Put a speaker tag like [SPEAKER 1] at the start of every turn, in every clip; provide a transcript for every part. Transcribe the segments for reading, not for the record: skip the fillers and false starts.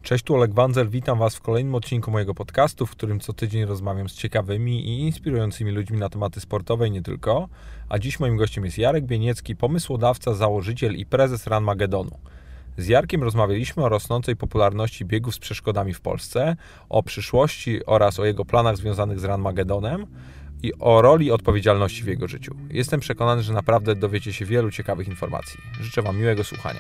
[SPEAKER 1] Cześć, tu Oleg Wandzel, witam Was w kolejnym odcinku mojego podcastu, w którym co tydzień rozmawiam z ciekawymi i inspirującymi ludźmi na tematy sportowe i nie tylko. A dziś moim gościem jest Jarek Bieniecki, pomysłodawca, założyciel i prezes Runmagedonu. Z Jarkiem rozmawialiśmy o rosnącej popularności biegów z przeszkodami w Polsce, o przyszłości oraz o jego planach związanych z Runmagedonem i o roli odpowiedzialności w jego życiu. Jestem przekonany, że naprawdę dowiecie się wielu ciekawych informacji. Życzę Wam miłego słuchania.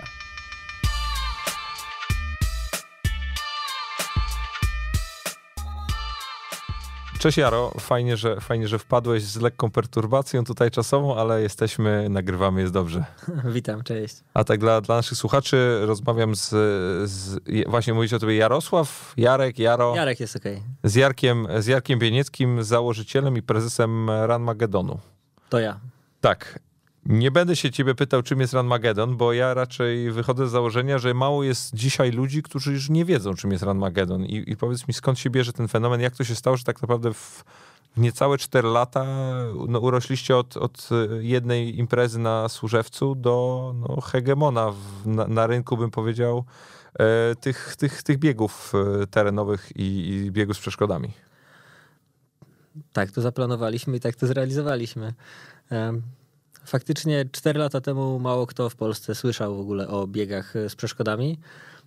[SPEAKER 1] Cześć Jaro, fajnie, że wpadłeś z lekką perturbacją tutaj czasową, ale nagrywamy, jest dobrze.
[SPEAKER 2] Witam, cześć.
[SPEAKER 1] A tak dla naszych słuchaczy rozmawiam właśnie mówicie o tobie Jarosław, Jarek, Jaro.
[SPEAKER 2] Jarek jest okej.
[SPEAKER 1] Z Jarkiem Bienieckim, założycielem i prezesem Runmagedonu.
[SPEAKER 2] To ja.
[SPEAKER 1] Tak. Nie będę się ciebie pytał, czym jest Runmagedon, bo ja raczej wychodzę z założenia, że mało jest dzisiaj ludzi, którzy już nie wiedzą, czym jest Runmagedon. I powiedz mi, skąd się bierze ten fenomen, jak to się stało, że tak naprawdę w niecałe 4 lata urośliście od jednej imprezy na Służewcu do hegemona na rynku, bym powiedział, tych biegów terenowych i biegów z przeszkodami.
[SPEAKER 2] Tak to zaplanowaliśmy i tak to zrealizowaliśmy. Faktycznie 4 lata temu mało kto w Polsce słyszał w ogóle o biegach z przeszkodami.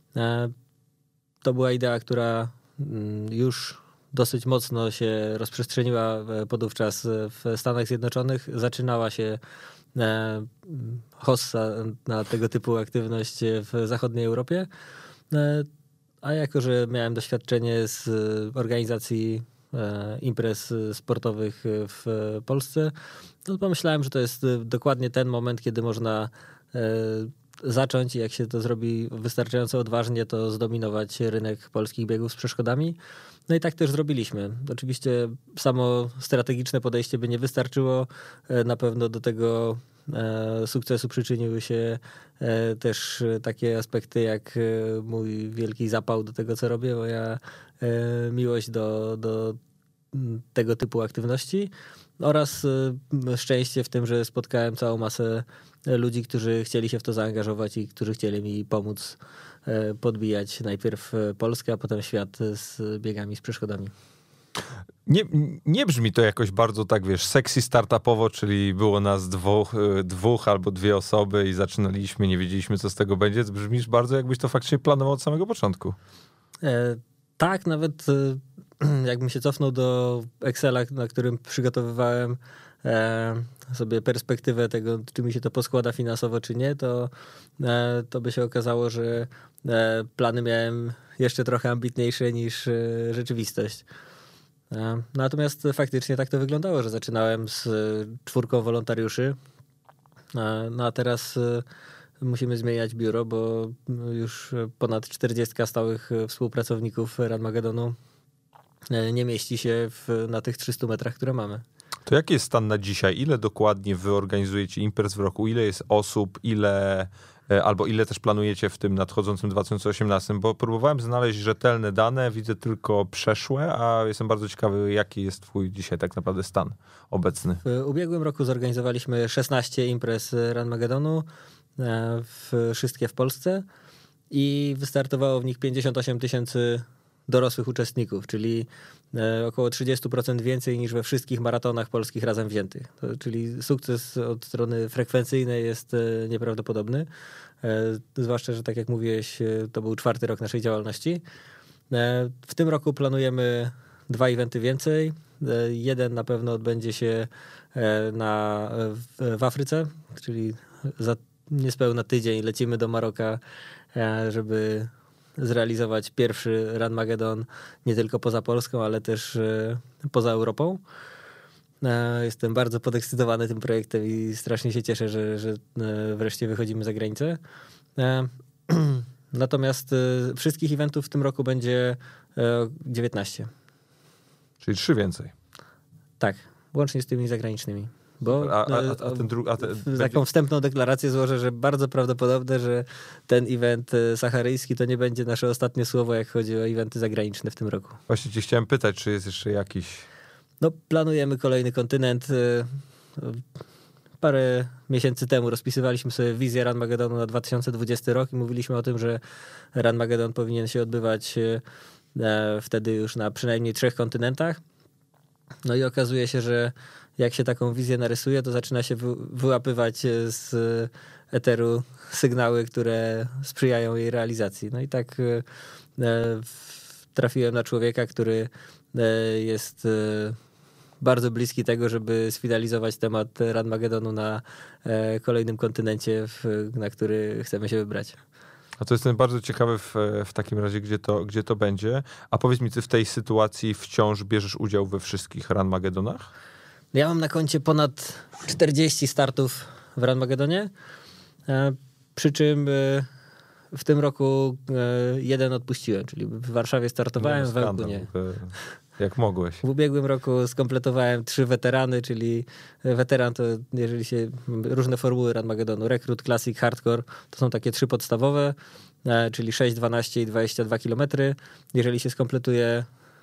[SPEAKER 2] To była idea, która już dosyć mocno się rozprzestrzeniła podówczas w Stanach Zjednoczonych. Zaczynała się hossa na tego typu aktywność w zachodniej Europie. A jako, że miałem doświadczenie z organizacji imprez sportowych w Polsce, no pomyślałem, że to jest dokładnie ten moment, kiedy można zacząć i jak się to zrobi wystarczająco odważnie, to zdominować rynek polskich biegów z przeszkodami. No i tak też zrobiliśmy. Oczywiście samo strategiczne podejście by nie wystarczyło. Na pewno do tego sukcesu przyczyniły się też takie aspekty jak mój wielki zapał do tego, co robię, moja miłość do tego typu aktywności oraz szczęście w tym, że spotkałem całą masę ludzi, którzy chcieli się w to zaangażować i którzy chcieli mi pomóc podbijać najpierw Polskę, a potem świat z biegami z przeszkodami.
[SPEAKER 1] Nie brzmi to jakoś bardzo tak, sexy startupowo, czyli było nas dwóch albo 2 osoby i zaczynaliśmy, nie wiedzieliśmy, co z tego będzie. Brzmisz bardzo, jakbyś to faktycznie planował od samego początku.
[SPEAKER 2] Tak, nawet jakbym się cofnął do Excela, na którym przygotowywałem sobie perspektywę tego, czy mi się to poskłada finansowo, czy nie, to by się okazało, że plany miałem jeszcze trochę ambitniejsze niż rzeczywistość. Natomiast faktycznie tak to wyglądało, że zaczynałem z 4 wolontariuszy, no a teraz musimy zmieniać biuro, bo już ponad 40 stałych współpracowników Runmagedonu nie mieści się na tych 300 metrach, które mamy.
[SPEAKER 1] To jaki jest stan na dzisiaj? Ile dokładnie wy organizujecie imprez w roku? Ile jest osób? Ile też planujecie w tym nadchodzącym 2018? Bo próbowałem znaleźć rzetelne dane, widzę tylko przeszłe, a jestem bardzo ciekawy, jaki jest twój dzisiaj tak naprawdę stan obecny.
[SPEAKER 2] W ubiegłym roku zorganizowaliśmy 16 imprez Runmagedonu, wszystkie w Polsce i wystartowało w nich 58 000 dorosłych uczestników, czyli około 30% więcej niż we wszystkich maratonach polskich razem wziętych. Czyli sukces od strony frekwencyjnej jest nieprawdopodobny. Zwłaszcza, że tak jak mówiłeś, to był 4. rok naszej działalności. W tym roku planujemy 2 eventy więcej. Jeden na pewno odbędzie się w Afryce, czyli za niespełna tydzień lecimy do Maroka, żeby zrealizować pierwszy Runmagedon nie tylko poza Polską, ale też poza Europą. Jestem bardzo podekscytowany tym projektem i strasznie się cieszę, że wreszcie wychodzimy za granicę. Natomiast wszystkich eventów w tym roku będzie 19.
[SPEAKER 1] Czyli 3 więcej.
[SPEAKER 2] Tak, łącznie z tymi zagranicznymi. Bo
[SPEAKER 1] będzie...
[SPEAKER 2] taką wstępną deklarację złożę, że bardzo prawdopodobne, że ten event saharyjski to nie będzie nasze ostatnie słowo, jak chodzi o eventy zagraniczne w tym roku.
[SPEAKER 1] Właśnie cię chciałem pytać, czy jest jeszcze jakiś...
[SPEAKER 2] No, planujemy kolejny kontynent. parę miesięcy temu rozpisywaliśmy sobie wizję Ranmagedonu na 2020 rok i mówiliśmy o tym, że Ranmagedon powinien się odbywać wtedy już na przynajmniej 3 kontynentach. No i okazuje się, że jak się taką wizję narysuje, to zaczyna się wyłapywać z eteru sygnały, które sprzyjają jej realizacji. No i tak trafiłem na człowieka, który jest bardzo bliski tego, żeby sfinalizować temat Ranmagedonu na kolejnym kontynencie, na który chcemy się wybrać.
[SPEAKER 1] A to jestem bardzo ciekawy w takim razie, gdzie to będzie. A powiedz mi, ty w tej sytuacji wciąż bierzesz udział we wszystkich Ranmagedonach?
[SPEAKER 2] Ja mam na koncie ponad 40 startów w Ranmagedonie, przy czym w tym roku 1 odpuściłem, czyli w Warszawie startowałem, w Ełku nie.
[SPEAKER 1] Jak mogłeś?
[SPEAKER 2] W ubiegłym roku skompletowałem 3 weterany, czyli weteran to jeżeli się różne formuły Ranmagedonu, rekrut, classic, hardcore, to są takie 3 podstawowe, czyli 6, 12 i 22 km. Jeżeli się skompletuje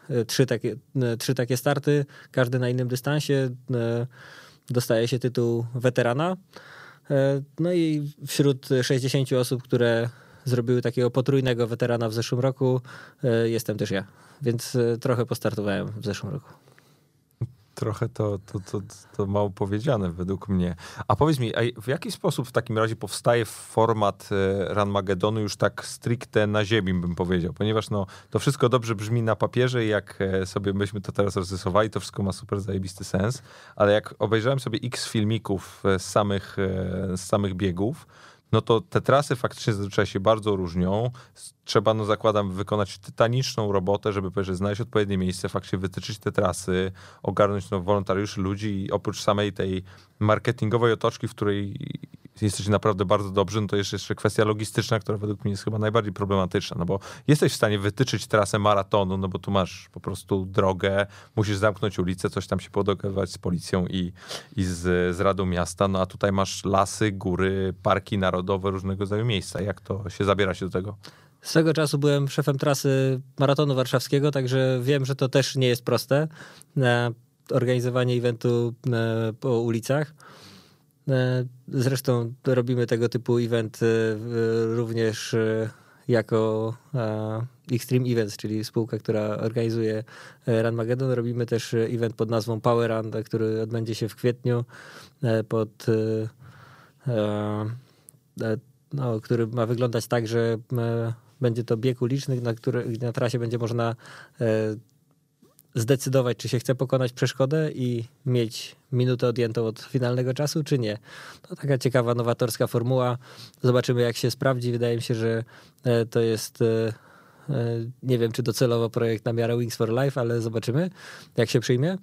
[SPEAKER 2] 3 takie starty, każdy na innym dystansie, dostaje się tytuł weterana. No i wśród 60 osób, które zrobiły takiego potrójnego weterana w zeszłym roku, jestem też ja. Więc trochę postartowałem w zeszłym roku.
[SPEAKER 1] Trochę to mało powiedziane według mnie. A powiedz mi, w jaki sposób w takim razie powstaje format Ranmagedonu już tak stricte na ziemi, bym powiedział? Ponieważ to wszystko dobrze brzmi na papierze i jak sobie myśmy to teraz rozrysowali, to wszystko ma super zajebisty sens, ale jak obejrzałem sobie x filmików z samych biegów, no to te trasy faktycznie zazwyczaj się bardzo różnią. Trzeba, zakładam, wykonać tytaniczną robotę, żeby znaleźć odpowiednie miejsce, faktycznie wytyczyć te trasy, ogarnąć wolontariuszy, ludzi i oprócz samej tej marketingowej otoczki, w której jesteś naprawdę bardzo dobrzy, no to jeszcze kwestia logistyczna, która według mnie jest chyba najbardziej problematyczna, no bo jesteś w stanie wytyczyć trasę maratonu, no bo tu masz po prostu drogę, musisz zamknąć ulicę, coś tam się podogadywać z policją i z Radą Miasta, no a tutaj masz lasy, góry, parki narodowe, różnego rodzaju miejsca. Jak to się zabiera się do tego?
[SPEAKER 2] Swego czasu byłem szefem trasy maratonu warszawskiego, także wiem, że to też nie jest proste. Organizowanie eventu po ulicach. Zresztą robimy tego typu event również jako Extreme Events, czyli spółka, która organizuje Ranmagedon. Robimy też event pod nazwą Power Run, który odbędzie się w kwietniu, który ma wyglądać tak, że będzie to bieg uliczny, na trasie będzie można zdecydować, czy się chce pokonać przeszkodę i mieć minutę odjętą od finalnego czasu, czy nie. To taka ciekawa, nowatorska formuła. Zobaczymy, jak się sprawdzi. Wydaje mi się, że to jest, nie wiem, czy docelowo projekt na miarę Wings for Life, ale zobaczymy, jak się przyjmie.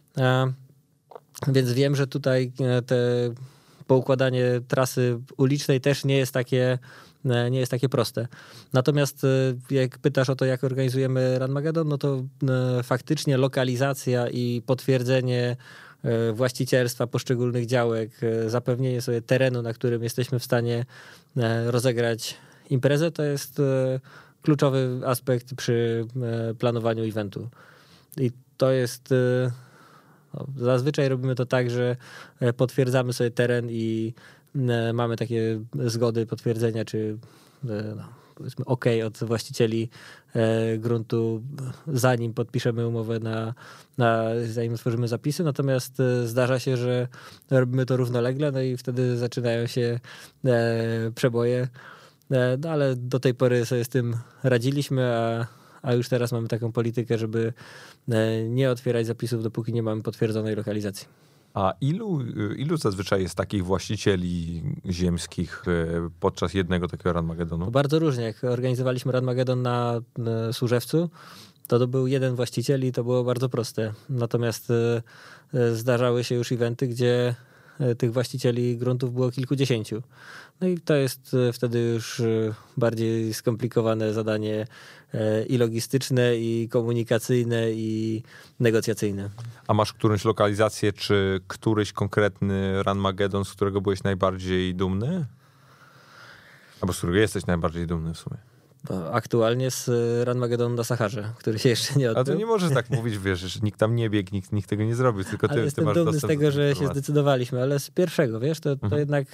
[SPEAKER 2] Więc wiem, że tutaj te poukładanie trasy ulicznej też nie jest takie proste. Natomiast jak pytasz o to, jak organizujemy Ranmagedon, no to faktycznie lokalizacja i potwierdzenie właścicielstwa poszczególnych działek, zapewnienie sobie terenu, na którym jesteśmy w stanie rozegrać imprezę, to jest kluczowy aspekt przy planowaniu eventu. I to jest... Zazwyczaj robimy to tak, że potwierdzamy sobie teren i mamy takie zgody, potwierdzenia, czy powiedzmy od właścicieli gruntu, zanim podpiszemy umowę, zanim otworzymy zapisy. Natomiast zdarza się, że robimy to równolegle, no i wtedy zaczynają się przeboje. No ale do tej pory sobie z tym radziliśmy, a już teraz mamy taką politykę, żeby nie otwierać zapisów, dopóki nie mamy potwierdzonej lokalizacji.
[SPEAKER 1] A ilu zazwyczaj jest takich właścicieli ziemskich podczas jednego takiego Ranmagedonu?
[SPEAKER 2] Bardzo różnie. Jak organizowaliśmy Ranmagedon na Służewcu, to był jeden właściciel i to było bardzo proste. Natomiast zdarzały się już eventy, gdzie tych właścicieli gruntów było kilkudziesięciu. No i to jest wtedy już bardziej skomplikowane zadanie i logistyczne, i komunikacyjne, i negocjacyjne.
[SPEAKER 1] A masz którąś lokalizację, czy któryś konkretny Ranmagedon, z którego byłeś najbardziej dumny? Albo z którego jesteś najbardziej dumny w sumie?
[SPEAKER 2] Aktualnie z Ranmagedonu na Saharze, który się jeszcze nie odbył.
[SPEAKER 1] A to nie możesz tak mówić, wiesz, że nikt tam nie biegł, nikt tego nie zrobił, tylko
[SPEAKER 2] ale
[SPEAKER 1] ty masz
[SPEAKER 2] dumny
[SPEAKER 1] dostęp
[SPEAKER 2] z tego,
[SPEAKER 1] do
[SPEAKER 2] że się
[SPEAKER 1] informacji.
[SPEAKER 2] zdecydowaliśmy, ale z pierwszego, wiesz, to jednak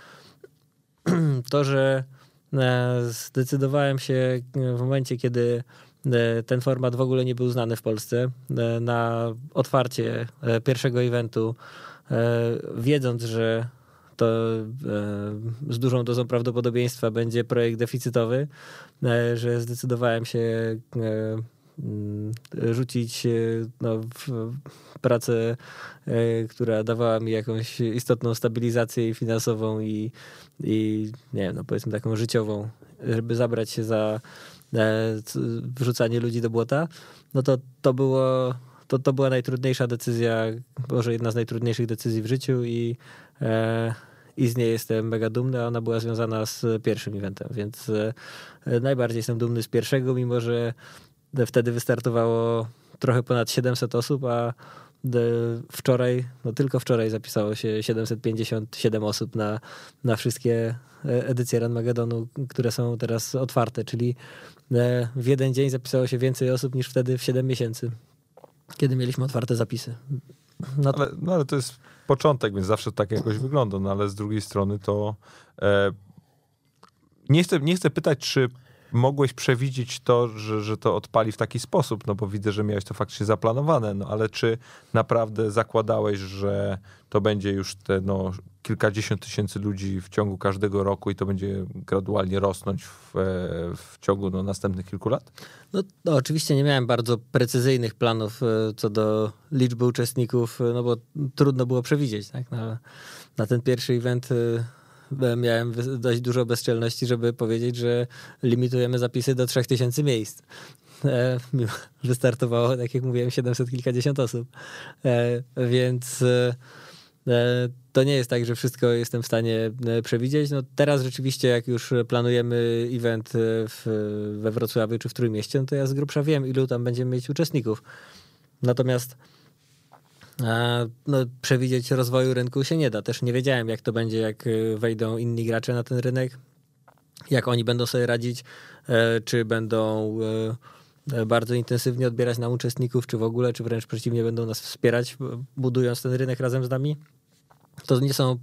[SPEAKER 2] to, że zdecydowałem się w momencie, kiedy ten format w ogóle nie był znany w Polsce, na otwarcie pierwszego eventu, wiedząc, że to z dużą dozą prawdopodobieństwa będzie projekt deficytowy, że zdecydowałem się rzucić w pracę, która dawała mi jakąś istotną stabilizację finansową i nie wiem, no powiedzmy taką życiową, żeby zabrać się za wrzucanie ludzi do błota, no to była najtrudniejsza decyzja, może jedna z najtrudniejszych decyzji w życiu i z niej jestem mega dumny, a ona była związana z pierwszym eventem, więc najbardziej jestem dumny z pierwszego, mimo że wtedy wystartowało trochę ponad 700 osób, a wczoraj, no tylko wczoraj zapisało się 757 osób na wszystkie edycje Ranmagedonu, które są teraz otwarte, czyli w jeden dzień zapisało się więcej osób niż wtedy w 7 miesięcy, kiedy mieliśmy otwarte zapisy.
[SPEAKER 1] Ale to jest początek, więc zawsze tak jakoś wygląda, no ale z drugiej strony to nie chcę pytać, czy mogłeś przewidzieć to, że to odpali w taki sposób, no bo widzę, że miałeś to faktycznie zaplanowane, no ale czy naprawdę zakładałeś, że to będzie już te kilkadziesiąt tysięcy ludzi w ciągu każdego roku i to będzie gradualnie rosnąć w ciągu następnych kilku lat?
[SPEAKER 2] No, oczywiście nie miałem bardzo precyzyjnych planów co do liczby uczestników, no bo trudno było przewidzieć. Tak? Na ten pierwszy event miałem dość dużo bezczelności, żeby powiedzieć, że limitujemy zapisy do 3000 miejsc. Wystartowało, tak jak mówiłem, 700 kilkadziesiąt osób. Więc to nie jest tak, że wszystko jestem w stanie przewidzieć. No teraz rzeczywiście, jak już planujemy event we Wrocławiu czy w Trójmieście, no to ja z grubsza wiem, ilu tam będziemy mieć uczestników. Natomiast przewidzieć rozwoju rynku się nie da. Też nie wiedziałem, jak to będzie, jak wejdą inni gracze na ten rynek, jak oni będą sobie radzić, czy będą bardzo intensywnie odbierać nam uczestników, czy w ogóle, czy wręcz przeciwnie, będą nas wspierać, budując ten rynek razem z nami. To nie są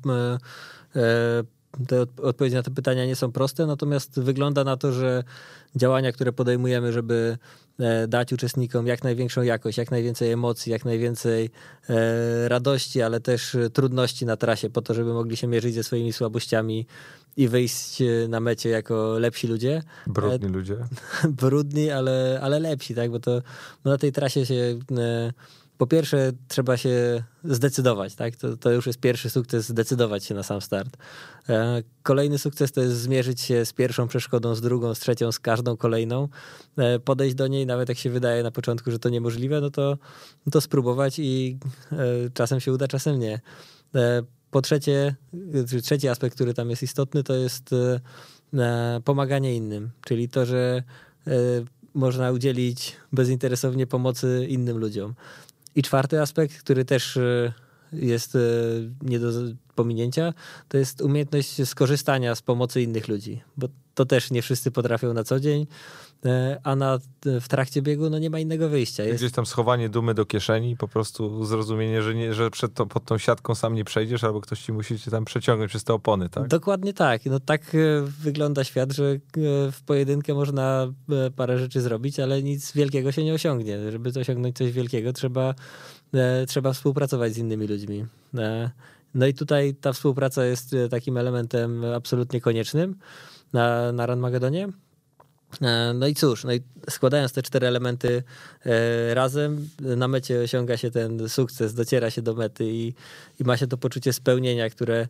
[SPEAKER 2] te odpowiedzi na te pytania nie są proste, natomiast wygląda na to, że działania, które podejmujemy, żeby dać uczestnikom jak największą jakość, jak najwięcej emocji, jak najwięcej radości, ale też trudności na trasie po to, żeby mogli się mierzyć ze swoimi słabościami i wyjść na mecie jako lepsi ludzie.
[SPEAKER 1] Brudni ludzie.
[SPEAKER 2] Brudni, ale lepsi, tak? Bo na tej trasie się po pierwsze trzeba się zdecydować, tak? To już jest pierwszy sukces, zdecydować się na sam start. Kolejny sukces to jest zmierzyć się z pierwszą przeszkodą, z drugą, z trzecią, z każdą kolejną. Podejść do niej, nawet jak się wydaje na początku, że to niemożliwe, no to spróbować i czasem się uda, czasem nie. Po trzecie, trzeci aspekt, który tam jest istotny, to jest pomaganie innym, czyli to, że można udzielić bezinteresownie pomocy innym ludziom. I czwarty aspekt, który też jest nie do pominięcia, to jest umiejętność skorzystania z pomocy innych ludzi, bo to też nie wszyscy potrafią na co dzień, a w trakcie biegu nie ma innego wyjścia.
[SPEAKER 1] Gdzieś tam schowanie dumy do kieszeni, po prostu zrozumienie, że pod tą siatką sam nie przejdziesz, albo ktoś ci musi cię tam przeciągnąć przez te opony, tak?
[SPEAKER 2] Dokładnie tak. No tak wygląda świat, że w pojedynkę można parę rzeczy zrobić, ale nic wielkiego się nie osiągnie. Żeby osiągnąć coś wielkiego, trzeba współpracować z innymi ludźmi. No i tutaj ta współpraca jest takim elementem absolutnie koniecznym na Ranmagedonie. No i cóż, składając te 4 elementy razem, na mecie osiąga się ten sukces, dociera się do mety i ma się to poczucie spełnienia, które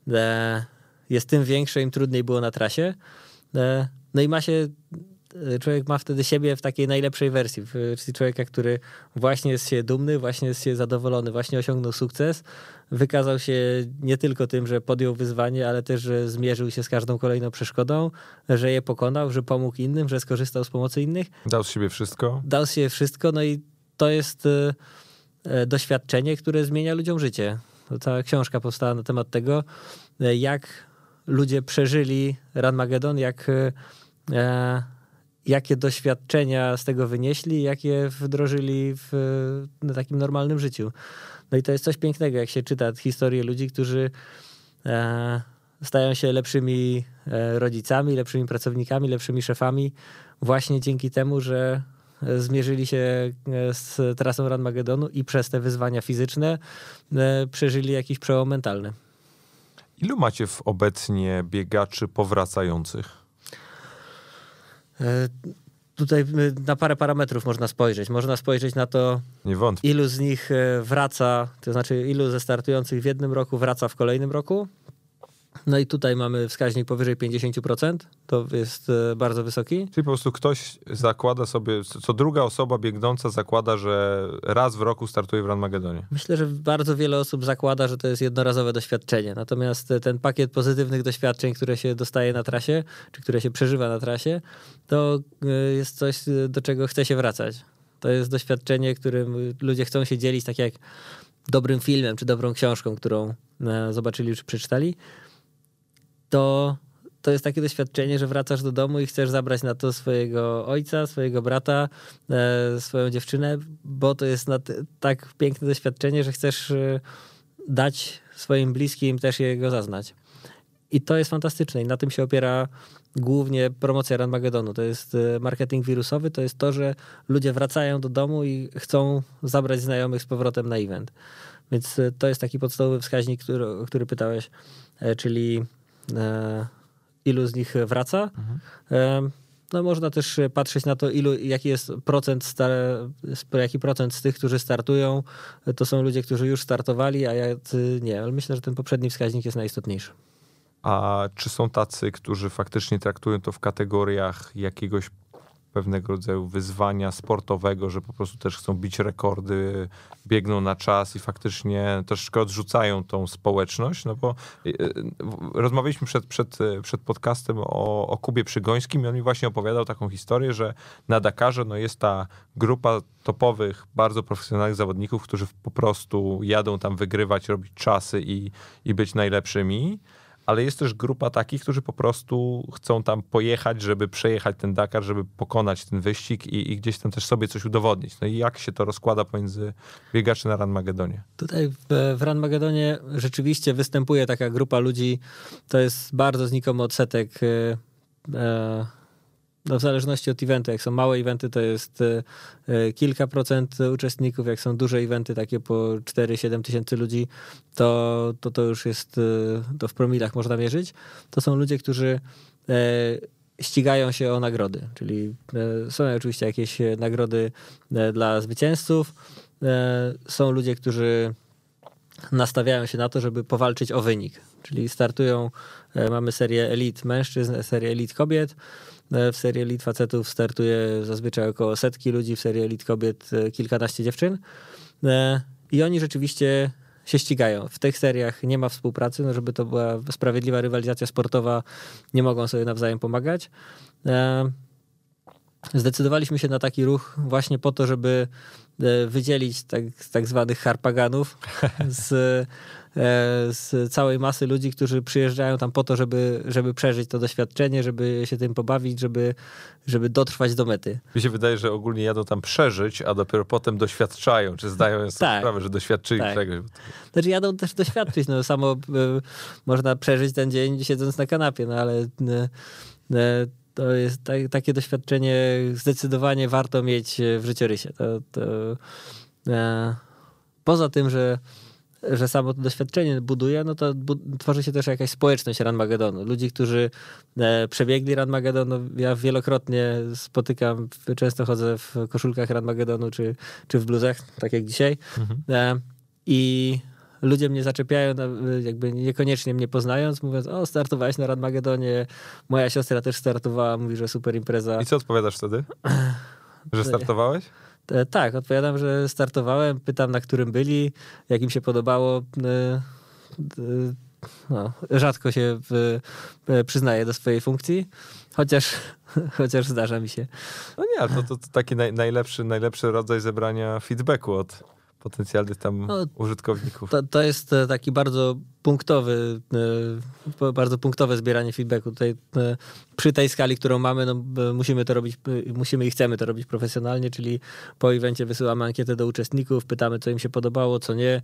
[SPEAKER 2] jest tym większe, im trudniej było na trasie. No i człowiek ma wtedy siebie w takiej najlepszej wersji, czyli człowieka, który właśnie jest się dumny, właśnie jest się zadowolony, właśnie osiągnął sukces, wykazał się nie tylko tym, że podjął wyzwanie, ale też, że zmierzył się z każdą kolejną przeszkodą, że je pokonał, że pomógł innym, że skorzystał z pomocy innych.
[SPEAKER 1] Dał z siebie wszystko.
[SPEAKER 2] Dał z siebie wszystko, no i to jest doświadczenie, które zmienia ludziom życie. Cała książka powstała na temat tego, jak ludzie przeżyli Ranmagedon, jak jakie doświadczenia z tego wynieśli, jakie wdrożyli w takim normalnym życiu. No i to jest coś pięknego, jak się czyta historię ludzi, którzy stają się lepszymi rodzicami, lepszymi pracownikami, lepszymi szefami właśnie dzięki temu, że zmierzyli się z trasą Ranmagedonu i przez te wyzwania fizyczne przeżyli jakiś przełom mentalny.
[SPEAKER 1] Ilu macie obecnie biegaczy powracających?
[SPEAKER 2] Tutaj na parę parametrów można spojrzeć. Można spojrzeć na to, ilu z nich wraca, to znaczy ilu ze startujących w jednym roku wraca w kolejnym roku. No i tutaj mamy wskaźnik powyżej 50%. To jest bardzo wysoki.
[SPEAKER 1] Czyli po prostu ktoś zakłada sobie, co druga osoba biegnąca zakłada, że raz w roku startuje w Ranmagedonie.
[SPEAKER 2] Myślę, że bardzo wiele osób zakłada, że to jest jednorazowe doświadczenie. Natomiast ten pakiet pozytywnych doświadczeń, które się dostaje na trasie, czy które się przeżywa na trasie, to jest coś, do czego chce się wracać. To jest doświadczenie, którym ludzie chcą się dzielić, tak jak dobrym filmem, czy dobrą książką, którą zobaczyli, czy przeczytali. To jest takie doświadczenie, że wracasz do domu i chcesz zabrać na to swojego ojca, swojego brata, swoją dziewczynę, bo to jest tak piękne doświadczenie, że chcesz dać swoim bliskim też jego zaznać. I to jest fantastyczne i na tym się opiera głównie promocja Ranmagedonu. To jest marketing wirusowy, to jest to, że ludzie wracają do domu i chcą zabrać znajomych z powrotem na event. Więc to jest taki podstawowy wskaźnik, który pytałeś, czyli ilu z nich wraca. No można też patrzeć na to, jaki procent z tych, którzy startują, to są ludzie, którzy już startowali, a jacy nie. Ale myślę, że ten poprzedni wskaźnik jest najistotniejszy.
[SPEAKER 1] A czy są tacy, którzy faktycznie traktują to w kategoriach jakiegoś pewnego rodzaju wyzwania sportowego, że po prostu też chcą bić rekordy, biegną na czas i faktycznie troszeczkę odrzucają tą społeczność? No bo rozmawialiśmy przed podcastem o Kubie Przygońskim i on mi właśnie opowiadał taką historię, że na Dakarze jest ta grupa topowych, bardzo profesjonalnych zawodników, którzy po prostu jadą tam wygrywać, robić czasy i być najlepszymi. Ale jest też grupa takich, którzy po prostu chcą tam pojechać, żeby przejechać ten Dakar, żeby pokonać ten wyścig i gdzieś tam też sobie coś udowodnić. No i jak się to rozkłada pomiędzy biegaczy na Ranmagedonie?
[SPEAKER 2] Tutaj w Ranmagedonie rzeczywiście występuje taka grupa ludzi, to jest bardzo znikomy odsetek, w zależności od eventu. Jak są małe eventy, to jest kilka procent uczestników. Jak są duże eventy, takie po 4-7 tysięcy ludzi, to już jest, to w promilach można mierzyć. To są ludzie, którzy ścigają się o nagrody. Czyli są oczywiście jakieś nagrody dla zwycięzców. Są ludzie, którzy nastawiają się na to, żeby powalczyć o wynik. Czyli startują, mamy serię elit mężczyzn, serię elit kobiet. W serii elit facetów startuje zazwyczaj około 100 ludzi, w serii elit kobiet kilkanaście dziewczyn. I oni rzeczywiście się ścigają. W tych seriach nie ma współpracy, żeby to była sprawiedliwa rywalizacja sportowa, nie mogą sobie nawzajem pomagać. Zdecydowaliśmy się na taki ruch właśnie po to, żeby wydzielić tak zwanych harpaganów z całej masy ludzi, którzy przyjeżdżają tam po to, żeby przeżyć to doświadczenie, żeby się tym pobawić, żeby dotrwać do mety.
[SPEAKER 1] Mi się wydaje, że ogólnie jadą tam przeżyć, a dopiero potem doświadczają, czy zdają sobie sprawę, że doświadczyli czegoś. Znaczy
[SPEAKER 2] jadą też doświadczyć, samo można przeżyć ten dzień siedząc na kanapie, ale to jest takie doświadczenie zdecydowanie warto mieć w życiorysie. Poza tym, że samo to doświadczenie buduje, to tworzy się też jakaś społeczność Ranmagedonu. Ludzi, którzy przebiegli Ranmagedon, ja wielokrotnie spotykam, często chodzę w koszulkach Ranmagedonu czy w bluzach, tak jak dzisiaj. I ludzie mnie zaczepiają, jakby niekoniecznie mnie poznając, mówiąc, startowałeś na Ranmagedonie, moja siostra też startowała, mówi, że super impreza.
[SPEAKER 1] I co odpowiadasz wtedy? Że startowałeś?
[SPEAKER 2] Tak, odpowiadam, że startowałem, pytam, na którym byli, jak im się podobało. Rzadko się przyznaję do swojej funkcji, chociaż zdarza mi się.
[SPEAKER 1] No nie, ale to taki najlepszy rodzaj zebrania feedbacku od potencjalnych tam użytkowników.
[SPEAKER 2] To jest taki bardzo punktowe zbieranie feedbacku. Tutaj przy tej skali, którą mamy, no, musimy i chcemy to robić profesjonalnie, czyli po evencie wysyłamy ankietę do uczestników, pytamy, co im się podobało, co nie,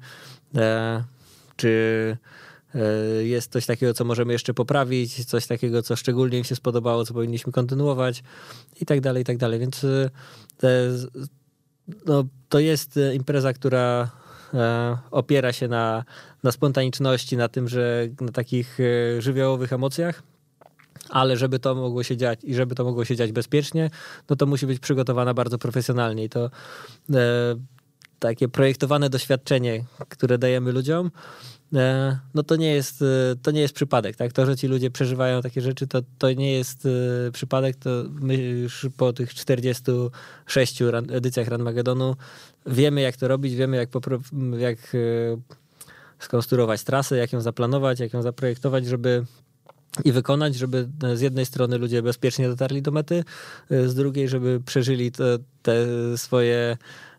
[SPEAKER 2] czy jest coś takiego, co możemy jeszcze poprawić, coś takiego, co szczególnie im się spodobało, co powinniśmy kontynuować i tak dalej, i tak dalej. Więc to jest impreza, która opiera się na spontaniczności, na tym, że na takich żywiołowych emocjach, ale żeby to mogło się dziać i żeby to mogło się dziać bezpiecznie, no to musi być przygotowana bardzo profesjonalnie i to takie projektowane doświadczenie, które dajemy ludziom, no to nie jest przypadek. Tak? To, że ci ludzie przeżywają takie rzeczy, to nie jest przypadek. To my już po tych 46 edycjach Ranmagedonu wiemy, jak to robić, wiemy, jak skonstruować trasę, jak ją zaplanować, jak ją zaprojektować, i wykonać, żeby z jednej strony ludzie bezpiecznie dotarli do mety, z drugiej, żeby przeżyli te swoje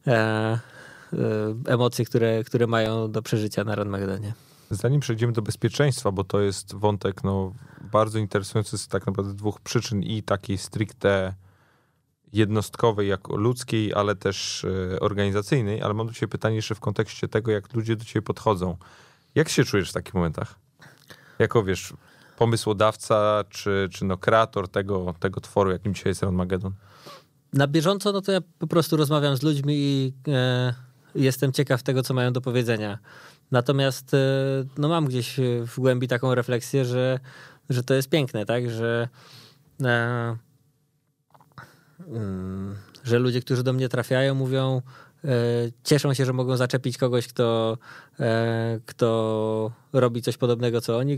[SPEAKER 2] emocje, które mają do przeżycia na Ranmagedonie.
[SPEAKER 1] Zanim przejdziemy do bezpieczeństwa, bo to jest wątek bardzo interesujący z tak naprawdę dwóch przyczyn i takiej stricte jednostkowej, jak ludzkiej, ale też organizacyjnej, ale mam do ciebie pytanie jeszcze w kontekście tego, jak ludzie do ciebie podchodzą. Jak się czujesz w takich momentach? Jako, pomysłodawca, czy kreator tego tworu, jakim dzisiaj jest Ranmagedon? Na
[SPEAKER 2] bieżąco, no to ja po prostu rozmawiam z ludźmi i jestem ciekaw tego, co mają do powiedzenia. Natomiast mam gdzieś w głębi taką refleksję, że to jest piękne, tak? Że ludzie, którzy do mnie trafiają, mówią, cieszą się, że mogą zaczepić kogoś, kto robi coś podobnego co oni,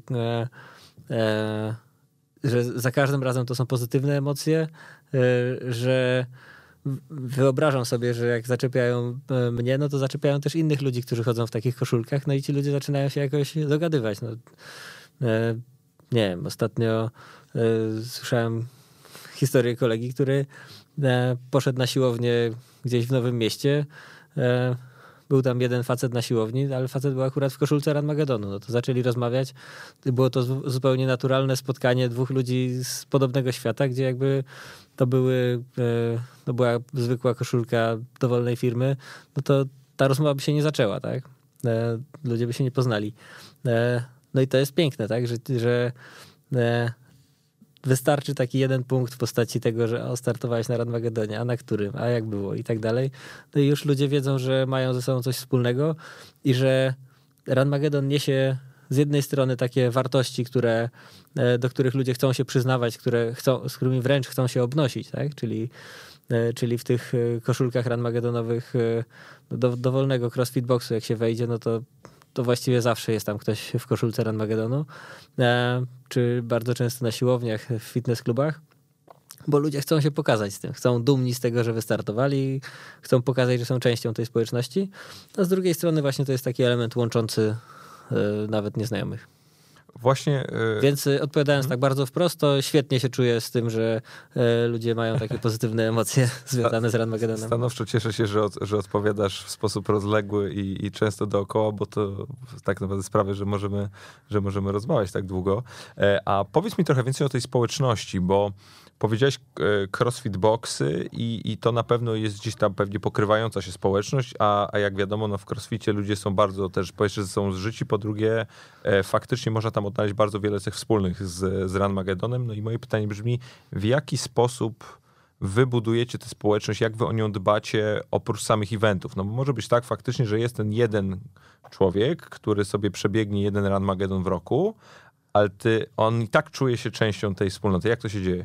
[SPEAKER 2] że za każdym razem to są pozytywne emocje, że wyobrażam sobie, że jak zaczepiają mnie, no to zaczepiają też innych ludzi, którzy chodzą w takich koszulkach, no i ci ludzie zaczynają się jakoś dogadywać. No, nie wiem, ostatnio słyszałem historię kolegi, który poszedł na siłownię gdzieś w Nowym Mieście. Był tam jeden facet na siłowni, ale facet był akurat w koszulce Ranmagedonu. No to zaczęli rozmawiać. Było to zupełnie naturalne spotkanie dwóch ludzi z podobnego świata, gdzie jakby to była zwykła koszulka dowolnej firmy, no to ta rozmowa by się nie zaczęła, tak? Ludzie by się nie poznali. No i to jest piękne, tak? Że wystarczy taki jeden punkt w postaci tego, że startowałeś na Ranmagedonie, a na którym, a jak było i tak dalej. No i już ludzie wiedzą, że mają ze sobą coś wspólnego i że Ranmagedon niesie z jednej strony takie wartości, do których ludzie chcą się przyznawać, z którymi wręcz chcą się obnosić, tak? Czyli w tych koszulkach ranmagedonowych do dowolnego CrossFit Boxu, jak się wejdzie, no to właściwie zawsze jest tam ktoś w koszulce Ranmagedonu, czy bardzo często na siłowniach, w fitness klubach, bo ludzie chcą się pokazać z tym, chcą dumni z tego, że wystartowali, chcą pokazać, że są częścią tej społeczności, a z drugiej strony właśnie to jest taki element łączący nawet nieznajomych.
[SPEAKER 1] Właśnie.
[SPEAKER 2] Więc odpowiadając tak bardzo wprost, to świetnie się czuję z tym, że ludzie mają takie pozytywne emocje związane z Ranmagedonem.
[SPEAKER 1] Stanowczo cieszę się, że odpowiadasz w sposób rozległy i często dookoła, bo to tak naprawdę sprawia, że możemy rozmawiać tak długo. A powiedz mi trochę więcej o tej społeczności, bo powiedziałeś CrossFit Boxy i to na pewno jest gdzieś tam pewnie pokrywająca się społeczność, a jak wiadomo, w CrossFicie ludzie są bardzo też, po pierwsze są zżyci, po drugie faktycznie można tam odnaleźć bardzo wiele cech wspólnych z Ranmagedonem. No i moje pytanie brzmi, w jaki sposób wy budujecie tę społeczność, jak wy o nią dbacie oprócz samych eventów? No bo może być tak faktycznie, że jest ten jeden człowiek, który sobie przebiegnie jeden Ranmagedon w roku, ale on i tak czuje się częścią tej wspólnoty. Jak to się dzieje?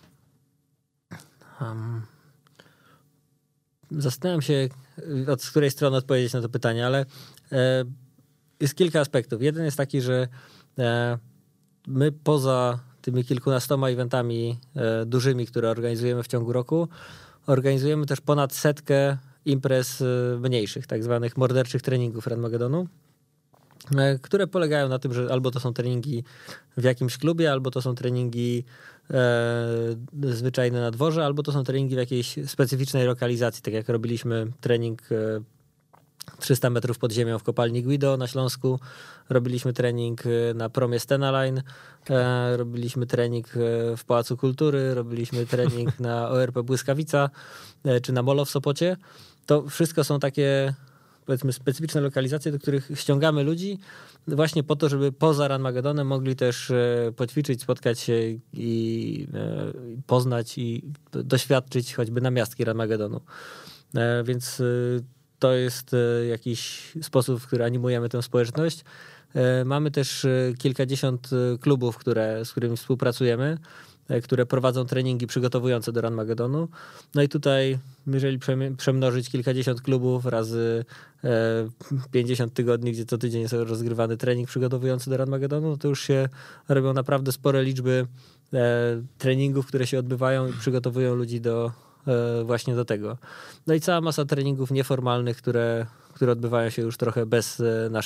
[SPEAKER 2] Zastanawiam się, od której strony odpowiedzieć na to pytanie, ale jest kilka aspektów. Jeden jest taki, że my poza tymi kilkunastoma eventami dużymi, które organizujemy w ciągu roku, organizujemy też ponad 100 imprez mniejszych, tak zwanych morderczych treningów Ranmagedonu, które polegają na tym, że albo to są treningi w jakimś klubie, albo to są treningi zwyczajne na dworze, albo to są treningi w jakiejś specyficznej lokalizacji, tak jak robiliśmy trening 300 metrów pod ziemią w kopalni Guido na Śląsku. Robiliśmy trening na promie Stena Line, robiliśmy trening w Pałacu Kultury, robiliśmy trening na ORP Błyskawica czy na Molo w Sopocie. To wszystko są takie, powiedzmy, specyficzne lokalizacje, do których ściągamy ludzi właśnie po to, żeby poza Ranmagedonem mogli też poćwiczyć, spotkać się i poznać i doświadczyć choćby namiastki Ranmagedonu. Więc to jest jakiś sposób, w który animujemy tę społeczność. Mamy też kilkadziesiąt klubów, z którymi współpracujemy, które prowadzą treningi przygotowujące do Ranmagedonu. No i tutaj, jeżeli przemnożyć kilkadziesiąt klubów razy 50 tygodni, gdzie co tydzień jest rozgrywany trening przygotowujący do Ranmagedonu, to już się robią naprawdę spore liczby treningów, które się odbywają i przygotowują ludzi właśnie do tego. No i cała masa treningów nieformalnych, które odbywają się już trochę bez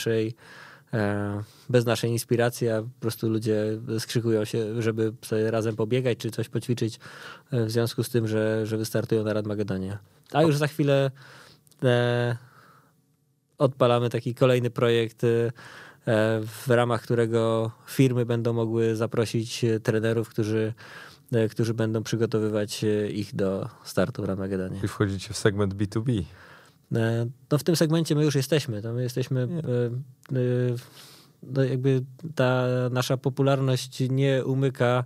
[SPEAKER 2] naszej inspiracji, a po prostu ludzie skrzykują się, żeby sobie razem pobiegać czy coś poćwiczyć w związku z tym, że wystartują na Ranmagedonie. A już za chwilę odpalamy taki kolejny projekt, w ramach którego firmy będą mogły zaprosić trenerów, którzy będą przygotowywać ich do startu w Ranmagedonie.
[SPEAKER 1] I wchodzicie w segment B2B.
[SPEAKER 2] No w tym segmencie my już jesteśmy. My jesteśmy, jakby ta nasza popularność nie umyka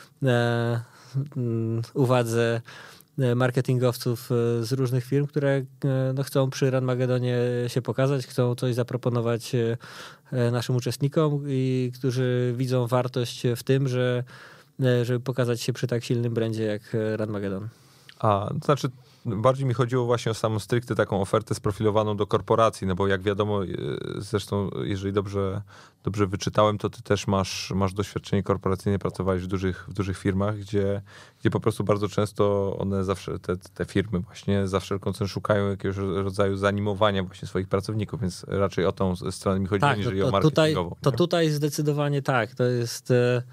[SPEAKER 2] uwadze marketingowców z różnych firm, które chcą przy Ranmagedonie się pokazać, chcą coś zaproponować naszym uczestnikom i którzy widzą wartość w tym, żeby pokazać się przy tak silnym brandzie jak Ranmagedon.
[SPEAKER 1] To znaczy, bardziej mi chodziło właśnie o samą stricte taką ofertę sprofilowaną do korporacji, no bo jak wiadomo, zresztą jeżeli dobrze wyczytałem, to ty też masz doświadczenie korporacyjne, pracowałeś w dużych firmach, gdzie po prostu bardzo często one zawsze, te firmy właśnie za wszelką cenę szukają jakiegoś rodzaju zanimowania właśnie swoich pracowników, więc raczej o tą stronę mi chodziło, niżeli o marketingową.
[SPEAKER 2] Tutaj zdecydowanie tak, to jest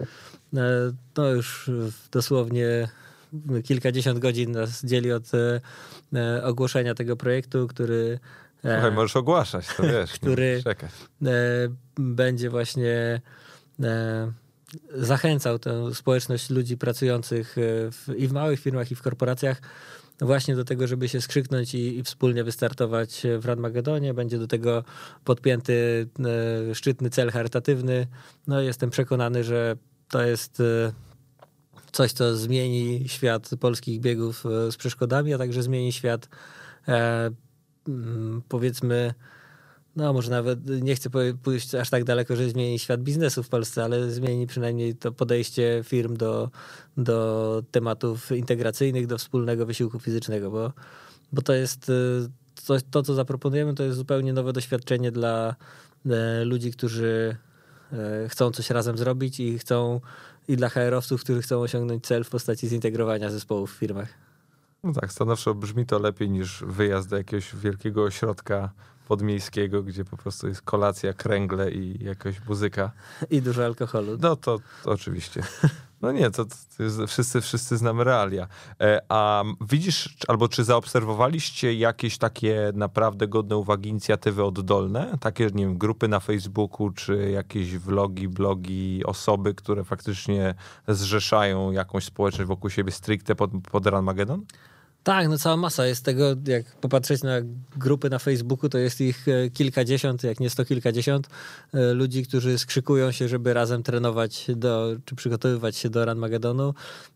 [SPEAKER 2] już dosłownie kilkadziesiąt godzin nas dzieli od ogłoszenia tego projektu, który...
[SPEAKER 1] Słuchaj, możesz ogłaszać, to wiesz,
[SPEAKER 2] który będzie właśnie zachęcał tę społeczność ludzi pracujących i w małych firmach, i w korporacjach właśnie do tego, żeby się skrzyknąć i wspólnie wystartować w Ranmagedonie. Będzie do tego podpięty szczytny cel charytatywny. No jestem przekonany, że to jest coś, co zmieni świat polskich biegów z przeszkodami, a także zmieni świat, powiedzmy, no może nawet nie chcę pójść aż tak daleko, że zmieni świat biznesu w Polsce, ale zmieni przynajmniej to podejście firm do tematów integracyjnych, do wspólnego wysiłku fizycznego, bo to jest to, co zaproponujemy, to jest zupełnie nowe doświadczenie dla ludzi, którzy chcą coś razem zrobić i dla HR-owców, którzy chcą osiągnąć cel w postaci zintegrowania zespołów w firmach.
[SPEAKER 1] No tak, stanowczo brzmi to lepiej niż wyjazd do jakiegoś wielkiego ośrodka podmiejskiego, gdzie po prostu jest kolacja, kręgle i jakaś muzyka.
[SPEAKER 2] I dużo alkoholu.
[SPEAKER 1] No to oczywiście. No nie, to jest, wszyscy znamy realia. A widzisz, albo czy zaobserwowaliście jakieś takie naprawdę godne uwagi inicjatywy oddolne? Takie, nie wiem, grupy na Facebooku, czy jakieś blogi, osoby, które faktycznie zrzeszają jakąś społeczność wokół siebie stricte pod Ranmagedon?
[SPEAKER 2] Tak, no cała masa jest tego, jak popatrzeć na grupy na Facebooku, to jest ich kilkadziesiąt, jak nie kilkadziesiąt ludzi, którzy skrzykują się, żeby razem trenować czy przygotowywać się do Ranmagedonu.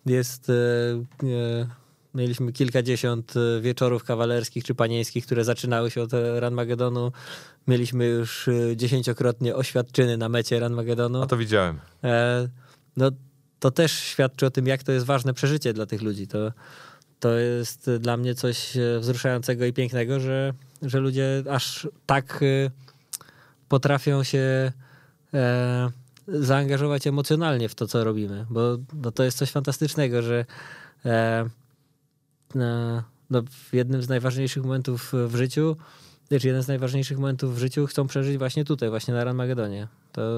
[SPEAKER 2] Mieliśmy kilkadziesiąt wieczorów kawalerskich czy panieńskich, które zaczynały się od Ranmagedonu. Mieliśmy już 10-krotnie oświadczyny na mecie Ranmagedonu.
[SPEAKER 1] A to widziałem.
[SPEAKER 2] No to też świadczy o tym, jak to jest ważne przeżycie dla tych ludzi. To jest dla mnie coś wzruszającego i pięknego, że ludzie aż tak potrafią się zaangażować emocjonalnie w to, co robimy, bo to jest coś fantastycznego, że w jednym z najważniejszych momentów w życiu, jeden z najważniejszych momentów w życiu chcą przeżyć właśnie tutaj, właśnie na Ranmagedonie.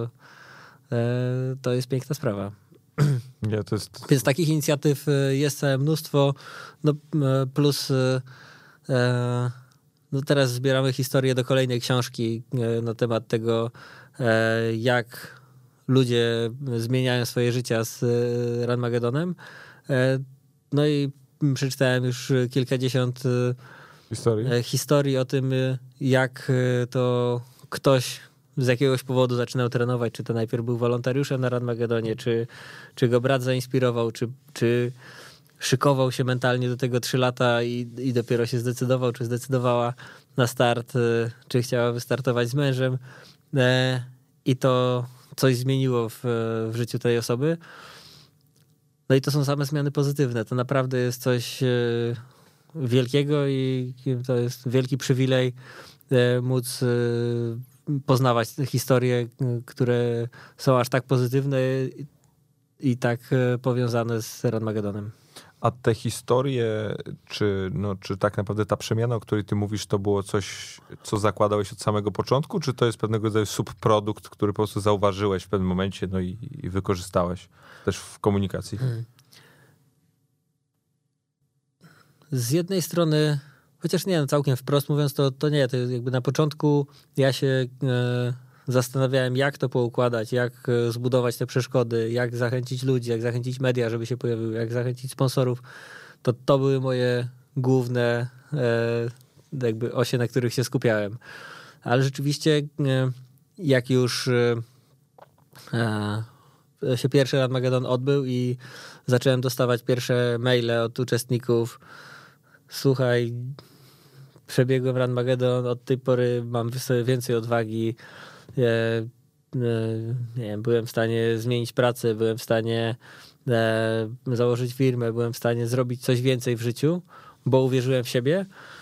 [SPEAKER 2] To jest piękna sprawa.
[SPEAKER 1] Nie,
[SPEAKER 2] Więc takich inicjatyw jest całe mnóstwo, plus no teraz zbieramy historię do kolejnej książki na temat tego, jak ludzie zmieniają swoje życia z Ranmagedonem. No i przeczytałem już kilkadziesiąt historii o tym, jak to ktoś z jakiegoś powodu zaczynał trenować, czy to najpierw był wolontariuszem na Ranmagedonie, czy go brat zainspirował, czy szykował się mentalnie do tego 3 lata i dopiero się zdecydował, czy zdecydowała na start, czy chciała wystartować z mężem. I to coś zmieniło w życiu tej osoby. No i to są same zmiany pozytywne. To naprawdę jest coś wielkiego i to jest wielki przywilej móc poznawać te historie, które są aż tak pozytywne i tak powiązane z Ranmagedonem.
[SPEAKER 1] A te historie, czy tak naprawdę ta przemiana, o której ty mówisz, to było coś, co zakładałeś od samego początku, czy to jest pewnego rodzaju subprodukt, który po prostu zauważyłeś w pewnym momencie, no i wykorzystałeś też w komunikacji?
[SPEAKER 2] Z jednej strony, chociaż nie wiem, całkiem wprost mówiąc, to nie, to jakby na początku ja się zastanawiałem, jak to poukładać, jak zbudować te przeszkody, jak zachęcić ludzi, jak zachęcić media, żeby się pojawiły, jak zachęcić sponsorów. To były moje główne jakby osie, na których się skupiałem. Ale rzeczywiście, jak już się pierwszy Ranmagedon odbył i zacząłem dostawać pierwsze maile od uczestników: słuchaj, przebiegłem Ranmagedon, od tej pory mam sobie więcej odwagi, nie wiem, byłem w stanie zmienić pracę, byłem w stanie założyć firmę, byłem w stanie zrobić coś więcej w życiu, bo uwierzyłem w siebie.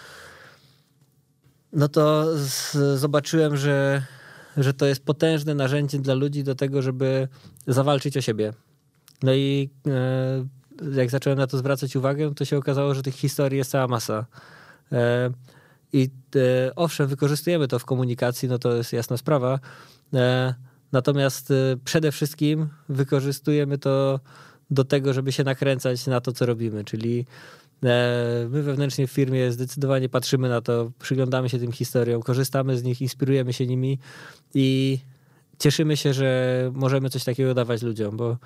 [SPEAKER 2] No to zobaczyłem, że to jest potężne narzędzie dla ludzi do tego, żeby zawalczyć o siebie. No i jak zacząłem na to zwracać uwagę, to się okazało, że tych historii jest cała masa. I owszem, wykorzystujemy to w komunikacji, no to jest jasna sprawa. Natomiast przede wszystkim wykorzystujemy to do tego, żeby się nakręcać na to, co robimy. Czyli my wewnętrznie w firmie zdecydowanie patrzymy na to, przyglądamy się tym historiom, korzystamy z nich, inspirujemy się nimi i cieszymy się, że możemy coś takiego dawać ludziom, bo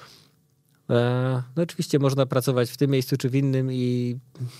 [SPEAKER 2] no oczywiście można pracować w tym miejscu czy w innym i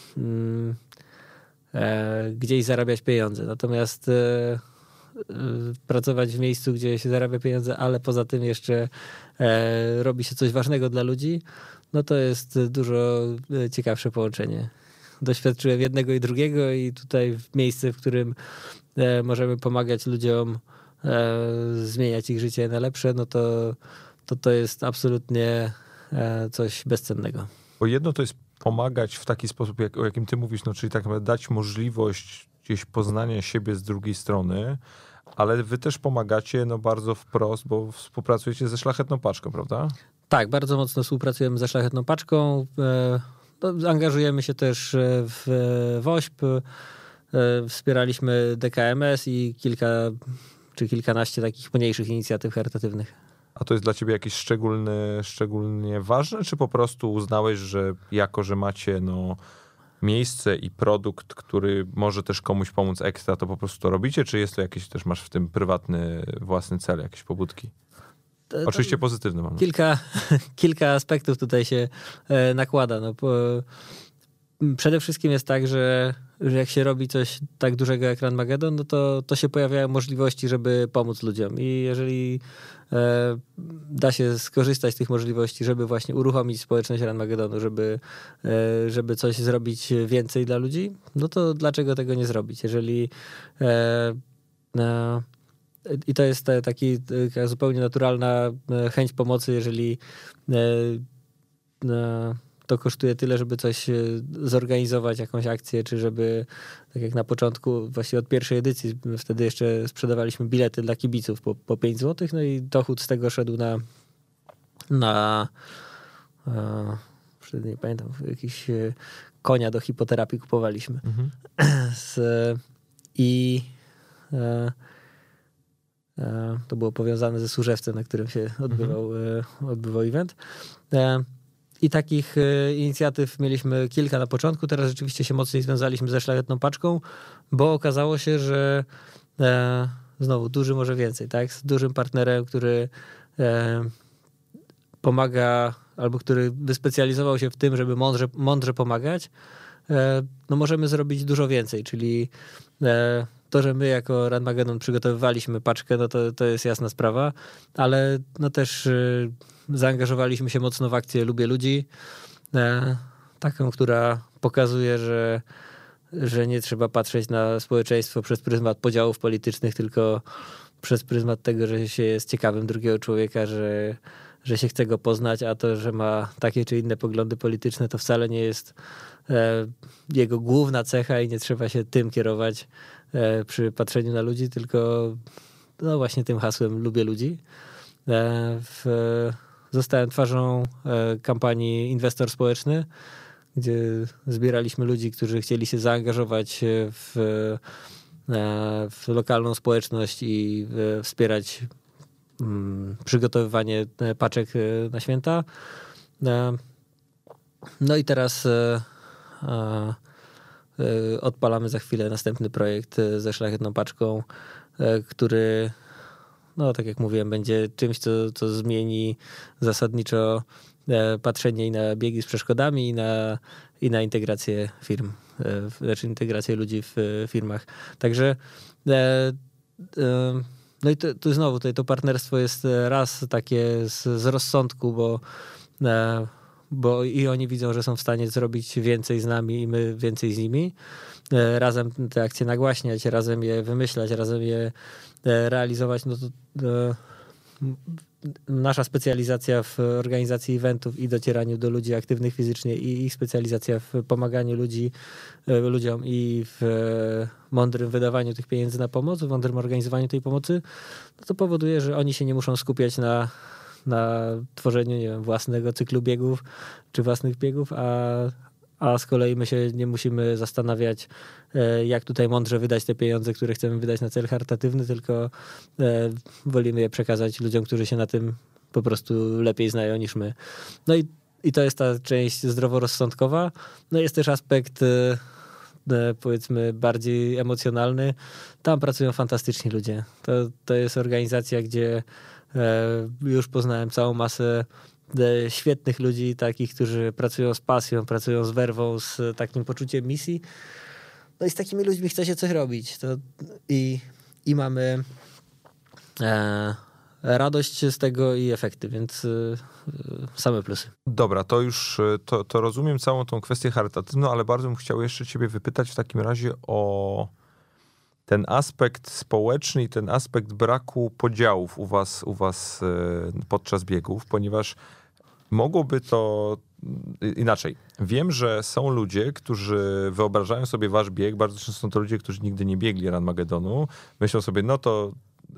[SPEAKER 2] gdzieś zarabiać pieniądze. Natomiast pracować w miejscu, gdzie się zarabia pieniądze, ale poza tym jeszcze robi się coś ważnego dla ludzi, no to jest dużo ciekawsze połączenie. Doświadczyłem jednego i drugiego i tutaj miejsce, w którym możemy pomagać ludziom zmieniać ich życie na lepsze, no to jest absolutnie coś bezcennego.
[SPEAKER 1] Bo jedno to jest pomagać w taki sposób, o jakim ty mówisz, no czyli tak naprawdę dać możliwość gdzieś poznania siebie z drugiej strony, ale wy też pomagacie no bardzo wprost, bo współpracujecie ze Szlachetną Paczką, prawda?
[SPEAKER 2] Tak, bardzo mocno współpracujemy ze Szlachetną Paczką. No, angażujemy się też w WOŚP. Wspieraliśmy DKMS i kilka czy kilkanaście takich mniejszych inicjatyw charytatywnych.
[SPEAKER 1] A to jest dla ciebie jakieś szczególnie ważne, czy po prostu uznałeś, że jako, że macie miejsce i produkt, który może też komuś pomóc ekstra, to po prostu to robicie, czy jest to jakieś, też masz w tym prywatny, własny cel, jakieś pobudki? Oczywiście pozytywne mam.
[SPEAKER 2] Kilka aspektów tutaj się nakłada. No, przede wszystkim jest tak, że jak się robi coś tak dużego jak Ranmagedon, no to się pojawiają możliwości, żeby pomóc ludziom. I jeżeli da się skorzystać z tych możliwości, żeby właśnie uruchomić społeczność Ranmagedonu, żeby coś zrobić więcej dla ludzi, no to dlaczego tego nie zrobić? Jeżeli i to jest taka zupełnie naturalna chęć pomocy, jeżeli to kosztuje tyle, żeby coś zorganizować, jakąś akcję, czy żeby, tak jak na początku, właśnie od pierwszej edycji, wtedy jeszcze sprzedawaliśmy bilety dla kibiców po 5 zł, no i dochód z tego szedł na nie pamiętam, jakiś konia do hipoterapii kupowaliśmy. Mhm. To było powiązane ze Służewcem, na którym się odbywał event. I takich inicjatyw mieliśmy kilka na początku. Teraz rzeczywiście się mocniej związaliśmy ze Szlachetną Paczką, bo okazało się, że znowu duży może więcej, tak? Z dużym partnerem, który pomaga albo który wyspecjalizował się w tym, żeby mądrze pomagać, no możemy zrobić dużo więcej, czyli to, że my jako Randmagedon przygotowywaliśmy paczkę, no to jest jasna sprawa, ale no też zaangażowaliśmy się mocno w akcję Lubię Ludzi, taką, która pokazuje, że nie trzeba patrzeć na społeczeństwo przez pryzmat podziałów politycznych, tylko przez pryzmat tego, że się jest ciekawym drugiego człowieka, że się chce go poznać, a to, że ma takie czy inne poglądy polityczne, to wcale nie jest jego główna cecha i nie trzeba się tym kierować przy patrzeniu na ludzi, tylko no właśnie tym hasłem Lubię Ludzi. Zostałem twarzą kampanii Inwestor Społeczny, gdzie zbieraliśmy ludzi, którzy chcieli się zaangażować w lokalną społeczność i wspierać przygotowywanie paczek na święta. No i teraz odpalamy za chwilę następny projekt ze Szlachetną Paczką, który, no tak jak mówiłem, będzie czymś, co zmieni zasadniczo patrzenie i na biegi z przeszkodami i na integrację firm, znaczy integrację ludzi w firmach. Także no i tu znowu to partnerstwo jest raz takie z rozsądku, bo i oni widzą, że są w stanie zrobić więcej z nami i my więcej z nimi. Razem te akcje nagłaśniać, razem je wymyślać, razem je realizować. No to nasza specjalizacja w organizacji eventów i docieraniu do ludzi aktywnych fizycznie i ich specjalizacja w pomaganiu ludziom i w mądrym wydawaniu tych pieniędzy na pomoc, w mądrym organizowaniu tej pomocy, no to powoduje, że oni się nie muszą skupiać na tworzeniu, nie wiem, własnego cyklu biegów czy własnych biegów, a z kolei my się nie musimy zastanawiać, jak tutaj mądrze wydać te pieniądze, które chcemy wydać na cel charytatywny, tylko wolimy je przekazać ludziom, którzy się na tym po prostu lepiej znają niż my. No i to jest ta część zdroworozsądkowa. No jest też aspekt powiedzmy bardziej emocjonalny. Tam pracują fantastyczni ludzie. To jest organizacja, gdzie już poznałem całą masę świetnych ludzi, takich, którzy pracują z pasją, pracują z werwą, z takim poczuciem misji. No i z takimi ludźmi chce się coś robić. I mamy radość z tego i efekty, więc same plusy.
[SPEAKER 1] Dobra, to już to rozumiem całą tą kwestię charytatywną, ale bardzo bym chciał jeszcze ciebie wypytać w takim razie o ten aspekt społeczny i ten aspekt braku podziałów u was podczas biegów, ponieważ mogłoby to inaczej. Wiem, że są ludzie, którzy wyobrażają sobie wasz bieg, bardzo często są to ludzie, którzy nigdy nie biegli Randmagedonu, myślą sobie, no to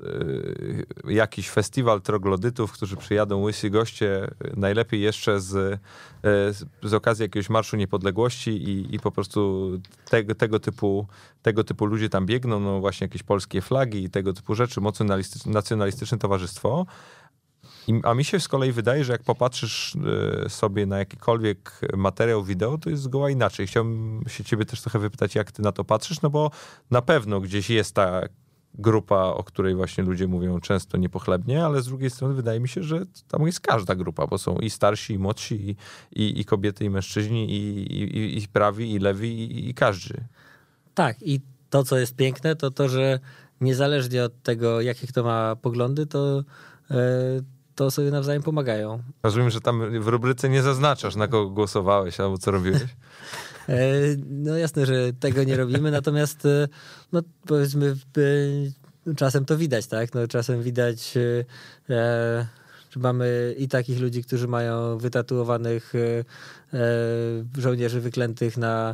[SPEAKER 1] jakiś festiwal troglodytów, którzy przyjadą, łysi goście, najlepiej jeszcze z okazji jakiegoś Marszu Niepodległości i po prostu tego typu ludzie tam biegną, no właśnie jakieś polskie flagi i tego typu rzeczy, mocno nacjonalistyczne towarzystwo. A mi się z kolei wydaje, że jak popatrzysz sobie na jakikolwiek materiał wideo, to jest zgoła inaczej. Chciałbym się ciebie też trochę wypytać, jak ty na to patrzysz, no bo na pewno gdzieś jest ta grupa, o której właśnie ludzie mówią często niepochlebnie, ale z drugiej strony wydaje mi się, że tam jest każda grupa, bo są i starsi, i młodsi, i kobiety, i mężczyźni, i prawi, i lewi, i każdy.
[SPEAKER 2] Tak, i to, co jest piękne, to że niezależnie od tego, jakie kto ma poglądy, to sobie nawzajem pomagają.
[SPEAKER 1] Rozumiem, że tam w rubryce nie zaznaczasz, na kogo głosowałeś albo co robiłeś.
[SPEAKER 2] No jasne, że tego nie robimy, natomiast no powiedzmy czasem to widać, tak? No, czasem widać, że mamy i takich ludzi, którzy mają wytatuowanych żołnierzy wyklętych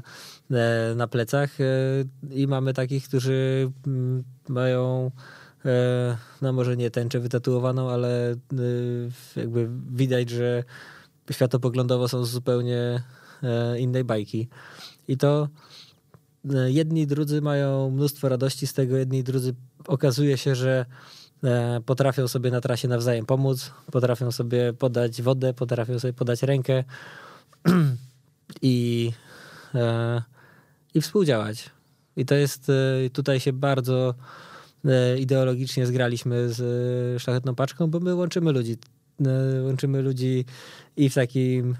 [SPEAKER 2] na plecach i mamy takich, którzy mają no może nie tęczę wytatuowaną, ale jakby widać, że światopoglądowo są z zupełnie innej bajki. I to jedni i drudzy mają mnóstwo radości z tego, jedni i drudzy okazuje się, że potrafią sobie na trasie nawzajem pomóc, potrafią sobie podać wodę, potrafią sobie podać rękę i współdziałać. I to jest, tutaj się bardzo ideologicznie zgraliśmy z Szlachetną Paczką, bo my łączymy ludzi. Łączymy ludzi i w takim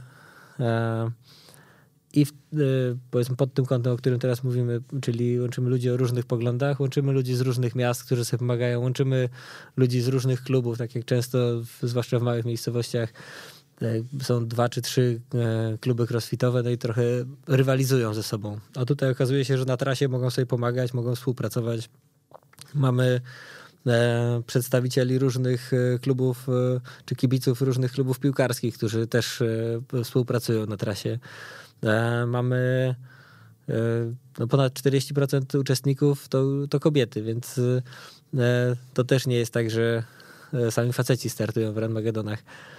[SPEAKER 2] powiedzmy pod tym kątem, o którym teraz mówimy, czyli łączymy ludzi o różnych poglądach, łączymy ludzi z różnych miast, którzy sobie pomagają, łączymy ludzi z różnych klubów, tak jak często, zwłaszcza w małych miejscowościach, są 2 czy 3 kluby crossfitowe, no i trochę rywalizują ze sobą. A tutaj okazuje się, że na trasie mogą sobie pomagać, mogą współpracować. Mamy przedstawicieli różnych klubów, czy kibiców różnych klubów piłkarskich, którzy też współpracują na trasie. Mamy ponad 40% uczestników to kobiety, więc to też nie jest tak, że sami faceci startują w Ranmagedonach.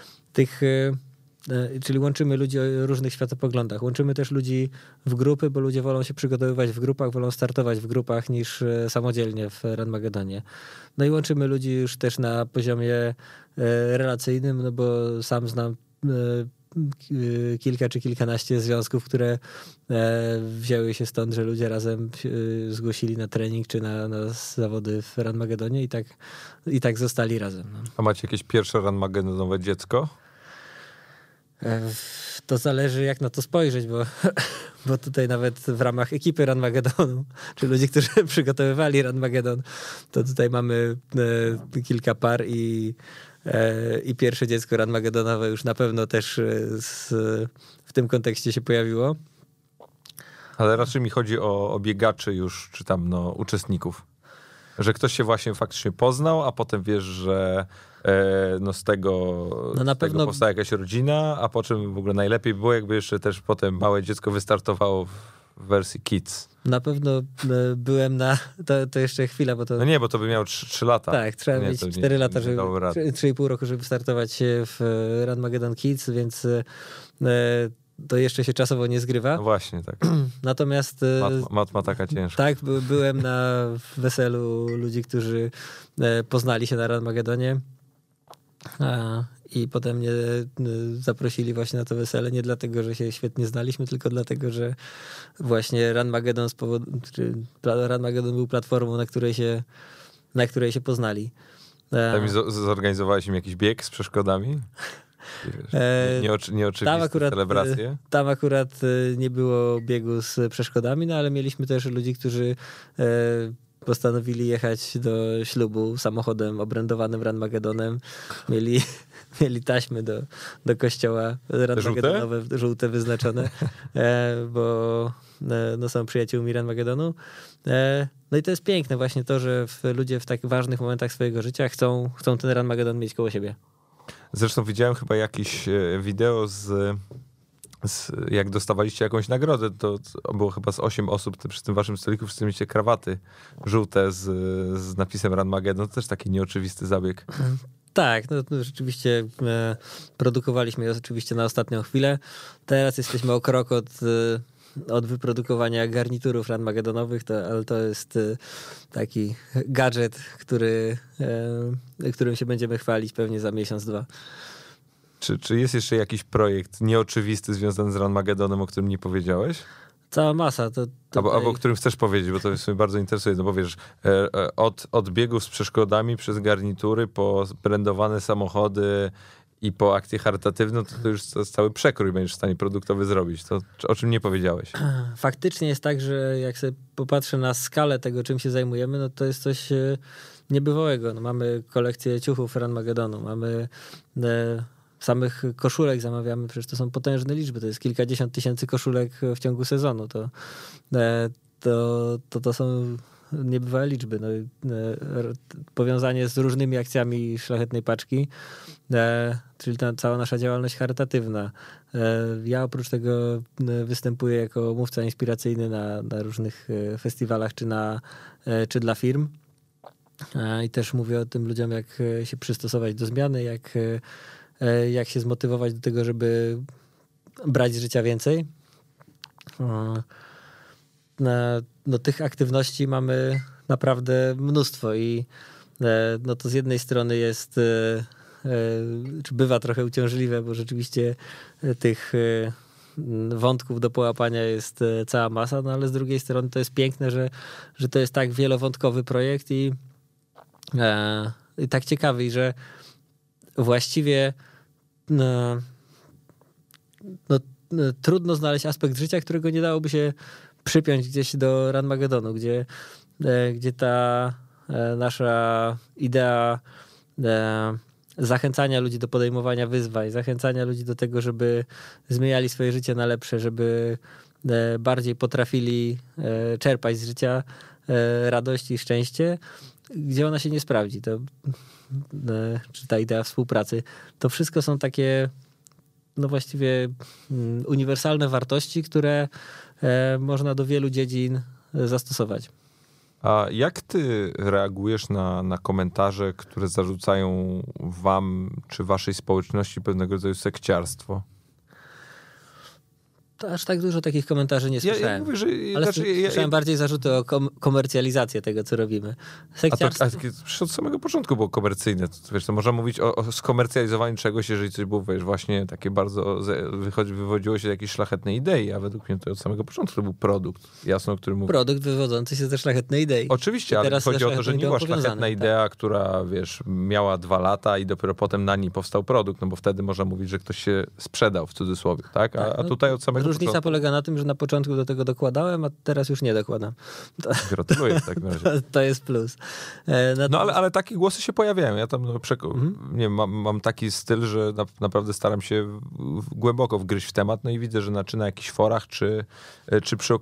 [SPEAKER 2] Czyli łączymy ludzi o różnych światopoglądach. Łączymy też ludzi w grupy, bo ludzie wolą się przygotowywać w grupach, wolą startować w grupach niż samodzielnie w Ranmagedonie. No i łączymy ludzi już też na poziomie relacyjnym, no bo sam znam kilka czy kilkanaście związków, które wzięły się stąd, że ludzie razem zgłosili na trening czy na zawody w Ranmagedonie i tak zostali razem. No.
[SPEAKER 1] A macie jakieś pierwsze ranmagedonowe dziecko?
[SPEAKER 2] To zależy, jak na to spojrzeć, bo tutaj nawet w ramach ekipy Ranmagedonu, czy ludzi, którzy przygotowywali Ranmagedon, to tutaj mamy kilka par i pierwsze dziecko ranmagedonowe już na pewno też w tym kontekście się pojawiło.
[SPEAKER 1] Ale raczej mi chodzi o biegaczy już, czy tam uczestników. Że ktoś się właśnie faktycznie poznał, a potem wiesz, że z tego pewno powstała jakaś rodzina, a po czym w ogóle najlepiej było, jakby jeszcze też potem małe dziecko wystartowało w wersji Kids.
[SPEAKER 2] Na pewno byłem to jeszcze chwila, bo to...
[SPEAKER 1] No nie, bo to by miało 3 lata.
[SPEAKER 2] Tak, trzeba mieć 4 lata, 3,5 roku, żeby startować w Ranmagedon Kids, więc to jeszcze się czasowo nie zgrywa.
[SPEAKER 1] No właśnie, tak.
[SPEAKER 2] Natomiast...
[SPEAKER 1] Matma taka ciężka.
[SPEAKER 2] Tak, byłem na weselu ludzi, którzy poznali się na Ranmagedonie i potem mnie zaprosili właśnie na to wesele, nie dlatego, że się świetnie znaliśmy, tylko dlatego, że właśnie Ranmagedon Ranmagedon był platformą, na której się poznali.
[SPEAKER 1] Tam zorganizowałeś im jakiś bieg z przeszkodami? Nieoczywiste celebracje?
[SPEAKER 2] Tam akurat nie było biegu z przeszkodami, no ale mieliśmy też ludzi, którzy postanowili jechać do ślubu samochodem obrędowanym Ranmagedonem. Mieli taśmy do kościoła ranmagedonowe, żółte wyznaczone, bo są przyjaciółmi Ranmagedonu. No i to jest piękne właśnie to, że ludzie w tak ważnych momentach swojego życia chcą ten Ranmagedon mieć koło siebie.
[SPEAKER 1] Zresztą widziałem chyba jakieś wideo jak dostawaliście jakąś nagrodę, to było chyba z 8 osób przy tym waszym stoliku, wszyscy mieliście krawaty żółte z napisem Ranmagedon. To też taki nieoczywisty zabieg.
[SPEAKER 2] Tak, no rzeczywiście produkowaliśmy je oczywiście na ostatnią chwilę. Teraz jesteśmy o krok od wyprodukowania garniturów ranmagedonowych, ale to jest taki gadżet, którym się będziemy chwalić pewnie za miesiąc, 2.
[SPEAKER 1] Czy jest jeszcze jakiś projekt nieoczywisty związany z Ranmagedonem, o którym nie powiedziałeś?
[SPEAKER 2] Cała masa.
[SPEAKER 1] Albo o którym chcesz powiedzieć, bo to mnie bardzo interesuje. No bo wiesz, od biegów z przeszkodami przez garnitury po brandowane samochody i po akcje charytatywne, to już cały przekrój będziesz w stanie produktowy zrobić. To o czym nie powiedziałeś?
[SPEAKER 2] Faktycznie jest tak, że jak sobie popatrzę na skalę tego, czym się zajmujemy, no to jest coś niebywałego. No mamy kolekcję ciuchów Ranmagedonu, mamy samych koszulek zamawiamy, przecież to są potężne liczby, to jest kilkadziesiąt tysięcy koszulek w ciągu sezonu. To są niebywałe liczby. No, powiązanie z różnymi akcjami Szlachetnej Paczki, czyli ta cała nasza działalność charytatywna. Ja oprócz tego występuję jako mówca inspiracyjny na różnych festiwalach czy dla firm. I też mówię o tym ludziom, jak się przystosować do zmiany, jak się zmotywować do tego, żeby brać z życia więcej. No, tych aktywności mamy naprawdę mnóstwo i no to z jednej strony jest, czy bywa trochę uciążliwe, bo rzeczywiście tych wątków do połapania jest cała masa, no ale z drugiej strony to jest piękne, że to jest tak wielowątkowy projekt i tak ciekawy, że właściwie trudno znaleźć aspekt życia, którego nie dałoby się przypiąć gdzieś do Ranmagedonu, gdzie ta nasza idea zachęcania ludzi do podejmowania wyzwań, zachęcania ludzi do tego, żeby zmieniali swoje życie na lepsze, żeby bardziej potrafili czerpać z życia radość i szczęście, gdzie ona się nie sprawdzi. Czy ta idea współpracy. To wszystko są takie no właściwie uniwersalne wartości, które można do wielu dziedzin zastosować.
[SPEAKER 1] A jak ty reagujesz na komentarze, które zarzucają wam czy waszej społeczności pewnego rodzaju sekciarstwo?
[SPEAKER 2] To aż tak dużo takich komentarzy nie słyszałem.
[SPEAKER 1] Ja mówię, że,
[SPEAKER 2] ale słyszałem bardziej zarzuty o komercjalizację tego, co robimy.
[SPEAKER 1] Od samego początku było komercyjne. To można mówić o skomercjalizowaniu czegoś, jeżeli coś było, właśnie takie bardzo wywodziło się z jakiejś szlachetnej idei, a według mnie to od samego początku to był produkt, jasno, o którym mówię.
[SPEAKER 2] Produkt wywodzący się ze szlachetnej idei.
[SPEAKER 1] Oczywiście, ale chodzi o to, że nie była szlachetna idea, która, miała 2 lata i dopiero potem na niej powstał produkt, no bo wtedy można mówić, że ktoś się sprzedał w cudzysłowie, tak? A tutaj od samego
[SPEAKER 2] różnica polega na tym, że na początku do tego dokładałem, a teraz już nie dokładam.
[SPEAKER 1] Gratuluję w takim razie.
[SPEAKER 2] To jest plus.
[SPEAKER 1] No ale takie głosy się pojawiają. Ja tam nie wiem, mam taki styl, że naprawdę staram się głęboko wgryźć w temat, no i widzę, że na jakichś forach, czy przy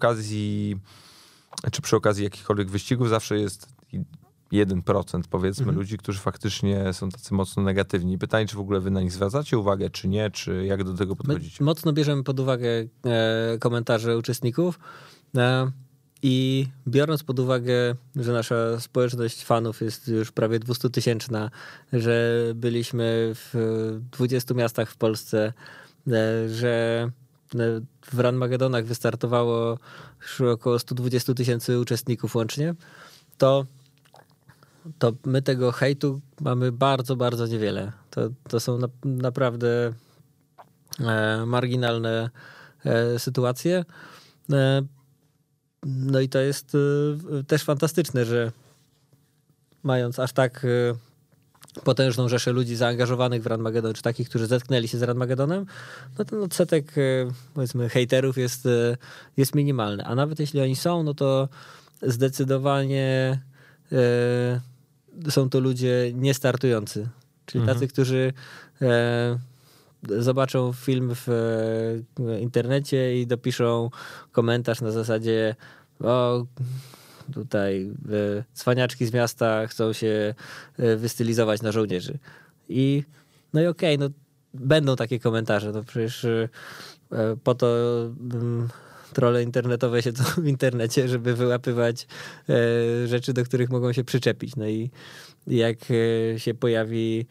[SPEAKER 1] okazji jakichkolwiek wyścigów zawsze jest 1% powiedzmy ludzi, którzy faktycznie są tacy mocno negatywni. Pytanie, czy w ogóle wy na nich zwracacie uwagę, czy nie, czy jak do tego podchodzicie?
[SPEAKER 2] My mocno bierzemy pod uwagę komentarze uczestników i biorąc pod uwagę, że nasza społeczność fanów jest już prawie 200-tysięczna, że byliśmy w 20 miastach w Polsce, że w Ranmagedonach wystartowało już około 120 000 uczestników łącznie, to my tego hejtu mamy bardzo, bardzo niewiele. To są naprawdę marginalne sytuacje. No i to jest też fantastyczne, że mając aż tak potężną rzeszę ludzi zaangażowanych w Ranmagedon, czy takich, którzy zetknęli się z Ranmagedonem, no ten odsetek, powiedzmy, hejterów jest minimalny. A nawet jeśli oni są, no to zdecydowanie są to ludzie niestartujący. Czyli tacy, którzy zobaczą film w internecie i dopiszą komentarz na zasadzie o tutaj cwaniaczki z miasta chcą się wystylizować na żołnierzy. No i okej, no będą takie komentarze. No przecież po to trolle internetowe siedzą w internecie, żeby wyłapywać rzeczy, do których mogą się przyczepić. No i jak się pojawi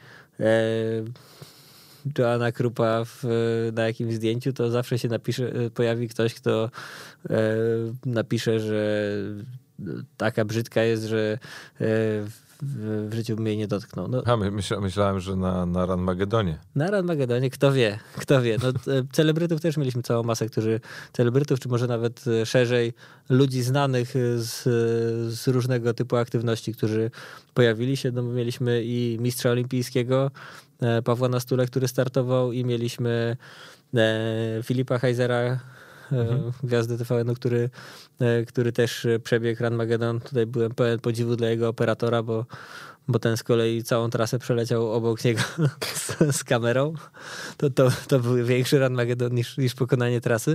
[SPEAKER 2] Joanna Krupa na jakimś zdjęciu, to zawsze się pojawi ktoś, kto napisze, że taka brzydka jest, że w życiu bym jej nie dotknął. No,
[SPEAKER 1] myślałem, że na Ranmagedonie.
[SPEAKER 2] Na Ranmagedonie, kto wie. No, celebrytów też mieliśmy całą masę, celebrytów, czy może nawet szerzej, ludzi znanych z różnego typu aktywności, którzy pojawili się. No, mieliśmy i mistrza olimpijskiego, Pawła Nastulę, który startował, i mieliśmy Filipa Heisera, gwiazdy TVN-u, który też przebiegł Ranmagedon. Tutaj byłem pełen podziwu dla jego operatora, bo ten z kolei całą trasę przeleciał obok niego z kamerą. To był większy Ranmagedon niż pokonanie trasy.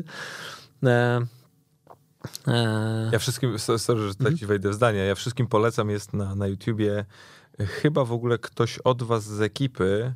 [SPEAKER 1] Ja wszystkim, sorry, że tutaj ci wejdę w zdanie, ja wszystkim polecam, jest na YouTubie, chyba w ogóle ktoś od was z ekipy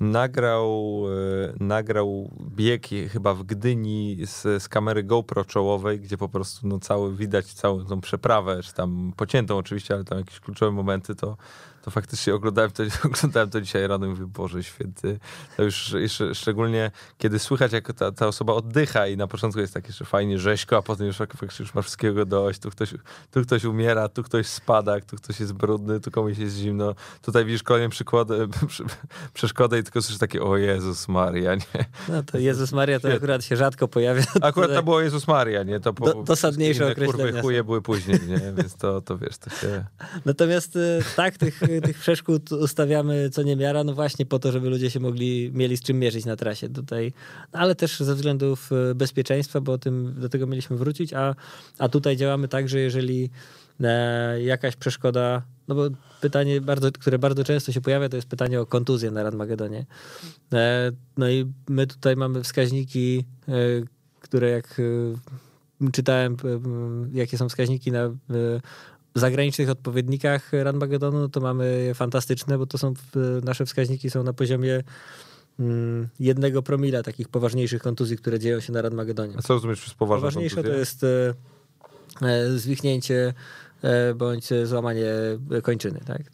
[SPEAKER 1] nagrał bieg chyba w Gdyni z kamery GoPro czołowej, gdzie po prostu widać całą tą przeprawę, czy tam pociętą oczywiście, ale tam jakieś kluczowe momenty, to faktycznie oglądałem to dzisiaj rano i mówię, Boże święty, to już szczególnie kiedy słychać, jak ta osoba oddycha i na początku jest tak jeszcze fajnie rzeźko, a potem już ma wszystkiego dość, tu ktoś umiera, tu ktoś spada, tu ktoś jest brudny, tu komuś jest zimno. Tutaj widzisz kolejną przeszkodę i tylko słyszysz takie, o Jezus Maria, nie?
[SPEAKER 2] No to Jezus Maria to akurat się rzadko pojawia.
[SPEAKER 1] Akurat to było Jezus Maria, nie? To
[SPEAKER 2] dosadniejsze określenie.
[SPEAKER 1] Kurwy chuje były później, nie? Więc to wiesz, to się...
[SPEAKER 2] Natomiast tak, tych przeszkód ustawiamy co niemiara, no właśnie po to, żeby ludzie się mieli z czym mierzyć na trasie tutaj, ale też ze względów bezpieczeństwa, bo do tego mieliśmy wrócić, a tutaj działamy tak, że jeżeli jakaś przeszkoda, no bo pytanie, które bardzo często się pojawia, to jest pytanie o kontuzję na Ranmagedonie. No i my tutaj mamy wskaźniki, które jak czytałem, jakie są wskaźniki na zagranicznych odpowiednikach Ranmagedonu, no to mamy fantastyczne, bo to są nasze wskaźniki są na poziomie 1 promila takich poważniejszych kontuzji, które dzieją się na Ranmagedonie.
[SPEAKER 1] A co rozumiesz przez poważniejsze
[SPEAKER 2] kontuzje? To jest zwichnięcie bądź złamanie kończyny. Tak?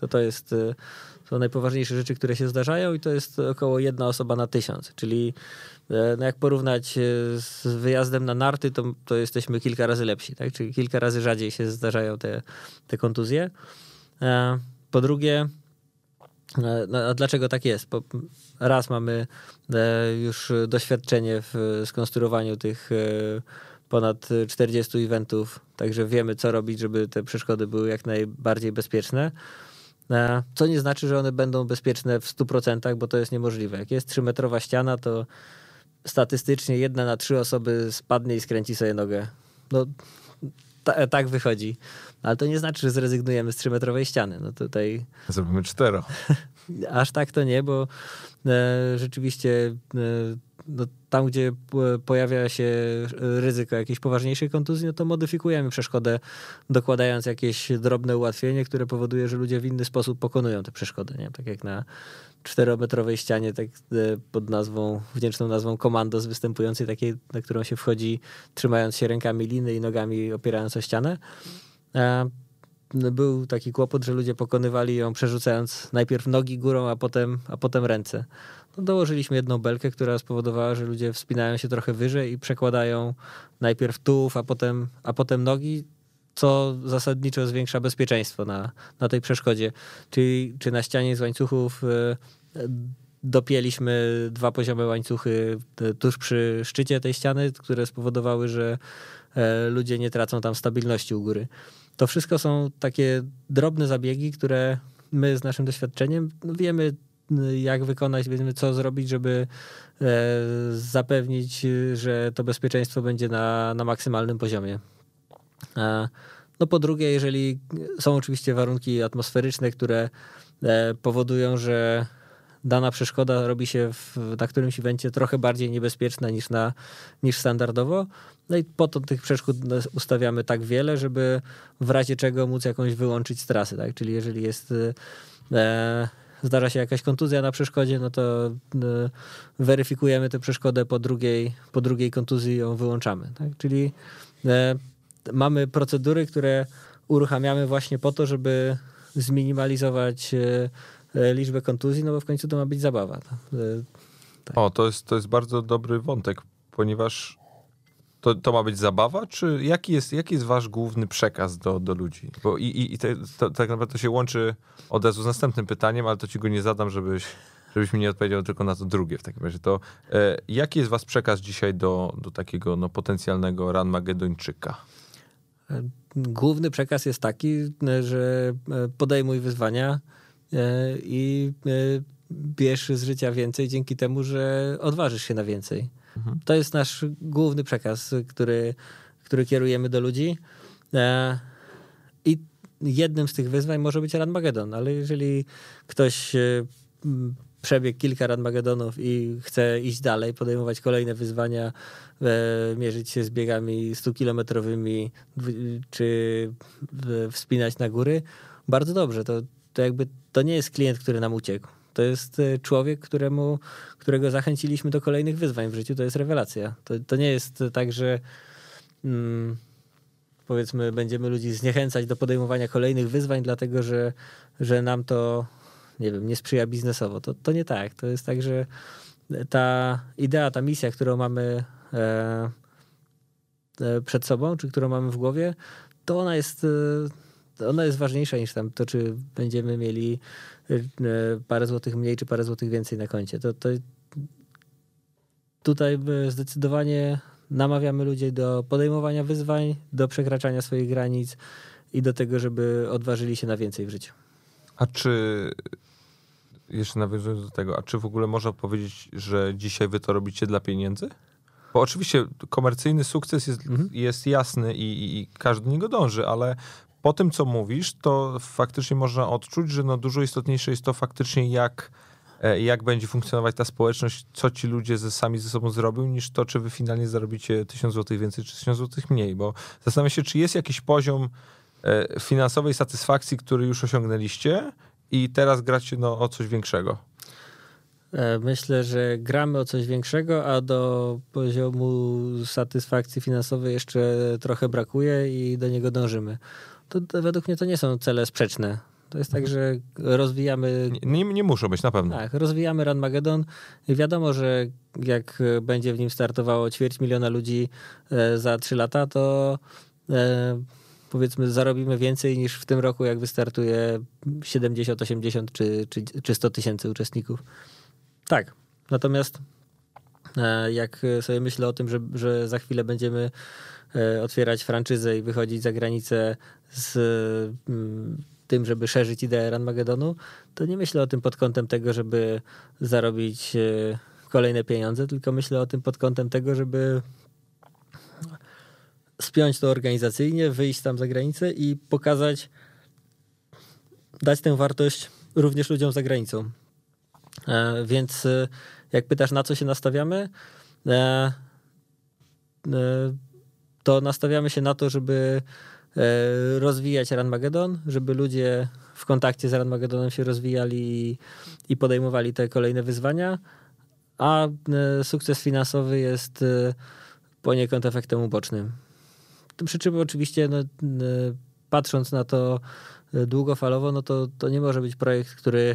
[SPEAKER 2] To najpoważniejsze rzeczy, które się zdarzają i to jest około 1 osoba na 1000, czyli no jak porównać z wyjazdem na narty, to jesteśmy kilka razy lepsi, tak? Czyli kilka razy rzadziej się zdarzają te kontuzje. Po drugie, no, a dlaczego tak jest? Raz mamy już doświadczenie w skonstruowaniu tych ponad 40 eventów, także wiemy, co robić, żeby te przeszkody były jak najbardziej bezpieczne. Co nie znaczy, że one będą bezpieczne w 100%, bo to jest niemożliwe. Jak jest 3-metrowa ściana, to statystycznie 1 na 3 osoby spadnie i skręci sobie nogę. No, tak wychodzi. Ale to nie znaczy, że zrezygnujemy z 3-metrowej ściany. No tutaj...
[SPEAKER 1] Zrobimy 4.
[SPEAKER 2] Aż tak to nie, bo rzeczywiście no, tam, gdzie pojawia się ryzyko jakiejś poważniejszej kontuzji, no to modyfikujemy przeszkodę, dokładając jakieś drobne ułatwienie, które powoduje, że ludzie w inny sposób pokonują tę przeszkodę. Nie? Tak jak na 4-metrowej ścianie, tak pod wdzięczną nazwą komandos występującej, takiej, na którą się wchodzi, trzymając się rękami liny i nogami opierając o ścianę. Był taki kłopot, że ludzie pokonywali ją przerzucając najpierw nogi górą, a potem ręce. No, dołożyliśmy jedną belkę, która spowodowała, że ludzie wspinają się trochę wyżej i przekładają najpierw tułów, a potem nogi, co zasadniczo zwiększa bezpieczeństwo na tej przeszkodzie. Czyli czy na ścianie z łańcuchów dopięliśmy 2 poziome łańcuchy tuż przy szczycie tej ściany, które spowodowały, że ludzie nie tracą tam stabilności u góry. To wszystko są takie drobne zabiegi, które my z naszym doświadczeniem wiemy, jak wykonać, wiemy, co zrobić, żeby zapewnić, że to bezpieczeństwo będzie na maksymalnym poziomie. No po drugie, jeżeli są oczywiście warunki atmosferyczne, które powodują, że dana przeszkoda robi się na którymś evencie trochę bardziej niebezpieczna niż standardowo. No i po to tych przeszkód ustawiamy tak wiele, żeby w razie czego móc jakąś wyłączyć z trasy. Tak? Czyli jeżeli zdarza się jakaś kontuzja na przeszkodzie, no to weryfikujemy tę przeszkodę po drugiej kontuzji ją wyłączamy. Tak? Czyli mamy procedury, które uruchamiamy właśnie po to, żeby zminimalizować liczbę kontuzji, no bo w końcu to ma być zabawa.
[SPEAKER 1] Tak. O, to jest bardzo dobry wątek, ponieważ to ma być zabawa, czy jaki jest wasz główny przekaz do ludzi? Bo tak naprawdę to się łączy od razu z następnym pytaniem, ale to ci go nie zadam, żebyś mi nie odpowiedział tylko na to drugie w takim razie. To jaki jest wasz przekaz dzisiaj do takiego potencjalnego Ranmagedończyka?
[SPEAKER 2] Główny przekaz jest taki, że podejmuj wyzwania i bierz z życia więcej dzięki temu, że odważysz się na więcej. Mhm. To jest nasz główny przekaz, który kierujemy do ludzi. I jednym z tych wyzwań może być Ranmagedon, ale jeżeli ktoś przebiegł kilka Ranmagedonów i chce iść dalej, podejmować kolejne wyzwania, mierzyć się z biegami 100-kilometrowymi czy wspinać na góry, bardzo dobrze. To nie jest klient, który nam uciekł. To jest człowiek, którego zachęciliśmy do kolejnych wyzwań w życiu. To jest rewelacja. To nie jest tak, że powiedzmy będziemy ludzi zniechęcać do podejmowania kolejnych wyzwań, dlatego że nam to, nie wiem, nie sprzyja biznesowo. To nie tak. To jest tak, że ta idea, ta misja, którą mamy przed sobą, czy którą mamy w głowie, to ona jest ważniejsza niż tam to, czy będziemy mieli parę złotych mniej, czy parę złotych więcej na koncie. Tutaj zdecydowanie namawiamy ludzi do podejmowania wyzwań, do przekraczania swoich granic i do tego, żeby odważyli się na więcej w życiu.
[SPEAKER 1] A czy, jeszcze nawiązując do tego, a czy w ogóle można powiedzieć, że dzisiaj wy to robicie dla pieniędzy? Bo oczywiście komercyjny sukces jest jasny i każdy do niego dąży, ale po tym, co mówisz, to faktycznie można odczuć, że no dużo istotniejsze jest to faktycznie, jak będzie funkcjonować ta społeczność, co ci ludzie sami ze sobą zrobią, niż to, czy wy finalnie zarobicie 1000 zł więcej, czy 1000 zł mniej. Bo zastanawiam się, czy jest jakiś poziom finansowej satysfakcji, który już osiągnęliście i teraz gracie o coś większego.
[SPEAKER 2] Myślę, że gramy o coś większego, a do poziomu satysfakcji finansowej jeszcze trochę brakuje i do niego dążymy. To według mnie to nie są cele sprzeczne. To jest tak, że rozwijamy...
[SPEAKER 1] Nie muszą być, na pewno.
[SPEAKER 2] Tak, rozwijamy Runmagedon i wiadomo, że jak będzie w nim startowało 250 000 ludzi za 3 lata, to powiedzmy zarobimy więcej niż w tym roku, jak wystartuje 70, 80 czy 100 tysięcy uczestników. Tak, natomiast jak sobie myślę o tym, że za chwilę będziemy otwierać franczyzę i wychodzić za granicę z tym, żeby szerzyć ideę Runmagedonu, to nie myślę o tym pod kątem tego, żeby zarobić kolejne pieniądze, tylko myślę o tym pod kątem tego, żeby spiąć to organizacyjnie, wyjść tam za granicę i pokazać, dać tę wartość również ludziom za granicą. Więc jak pytasz, na co się nastawiamy, to nastawiamy się na to, żeby rozwijać Runmagedon, żeby ludzie w kontakcie z Runmagedonem się rozwijali i podejmowali te kolejne wyzwania, a sukces finansowy jest poniekąd efektem ubocznym. Przy czym oczywiście patrząc na to długofalowo, no to nie może być projekt, który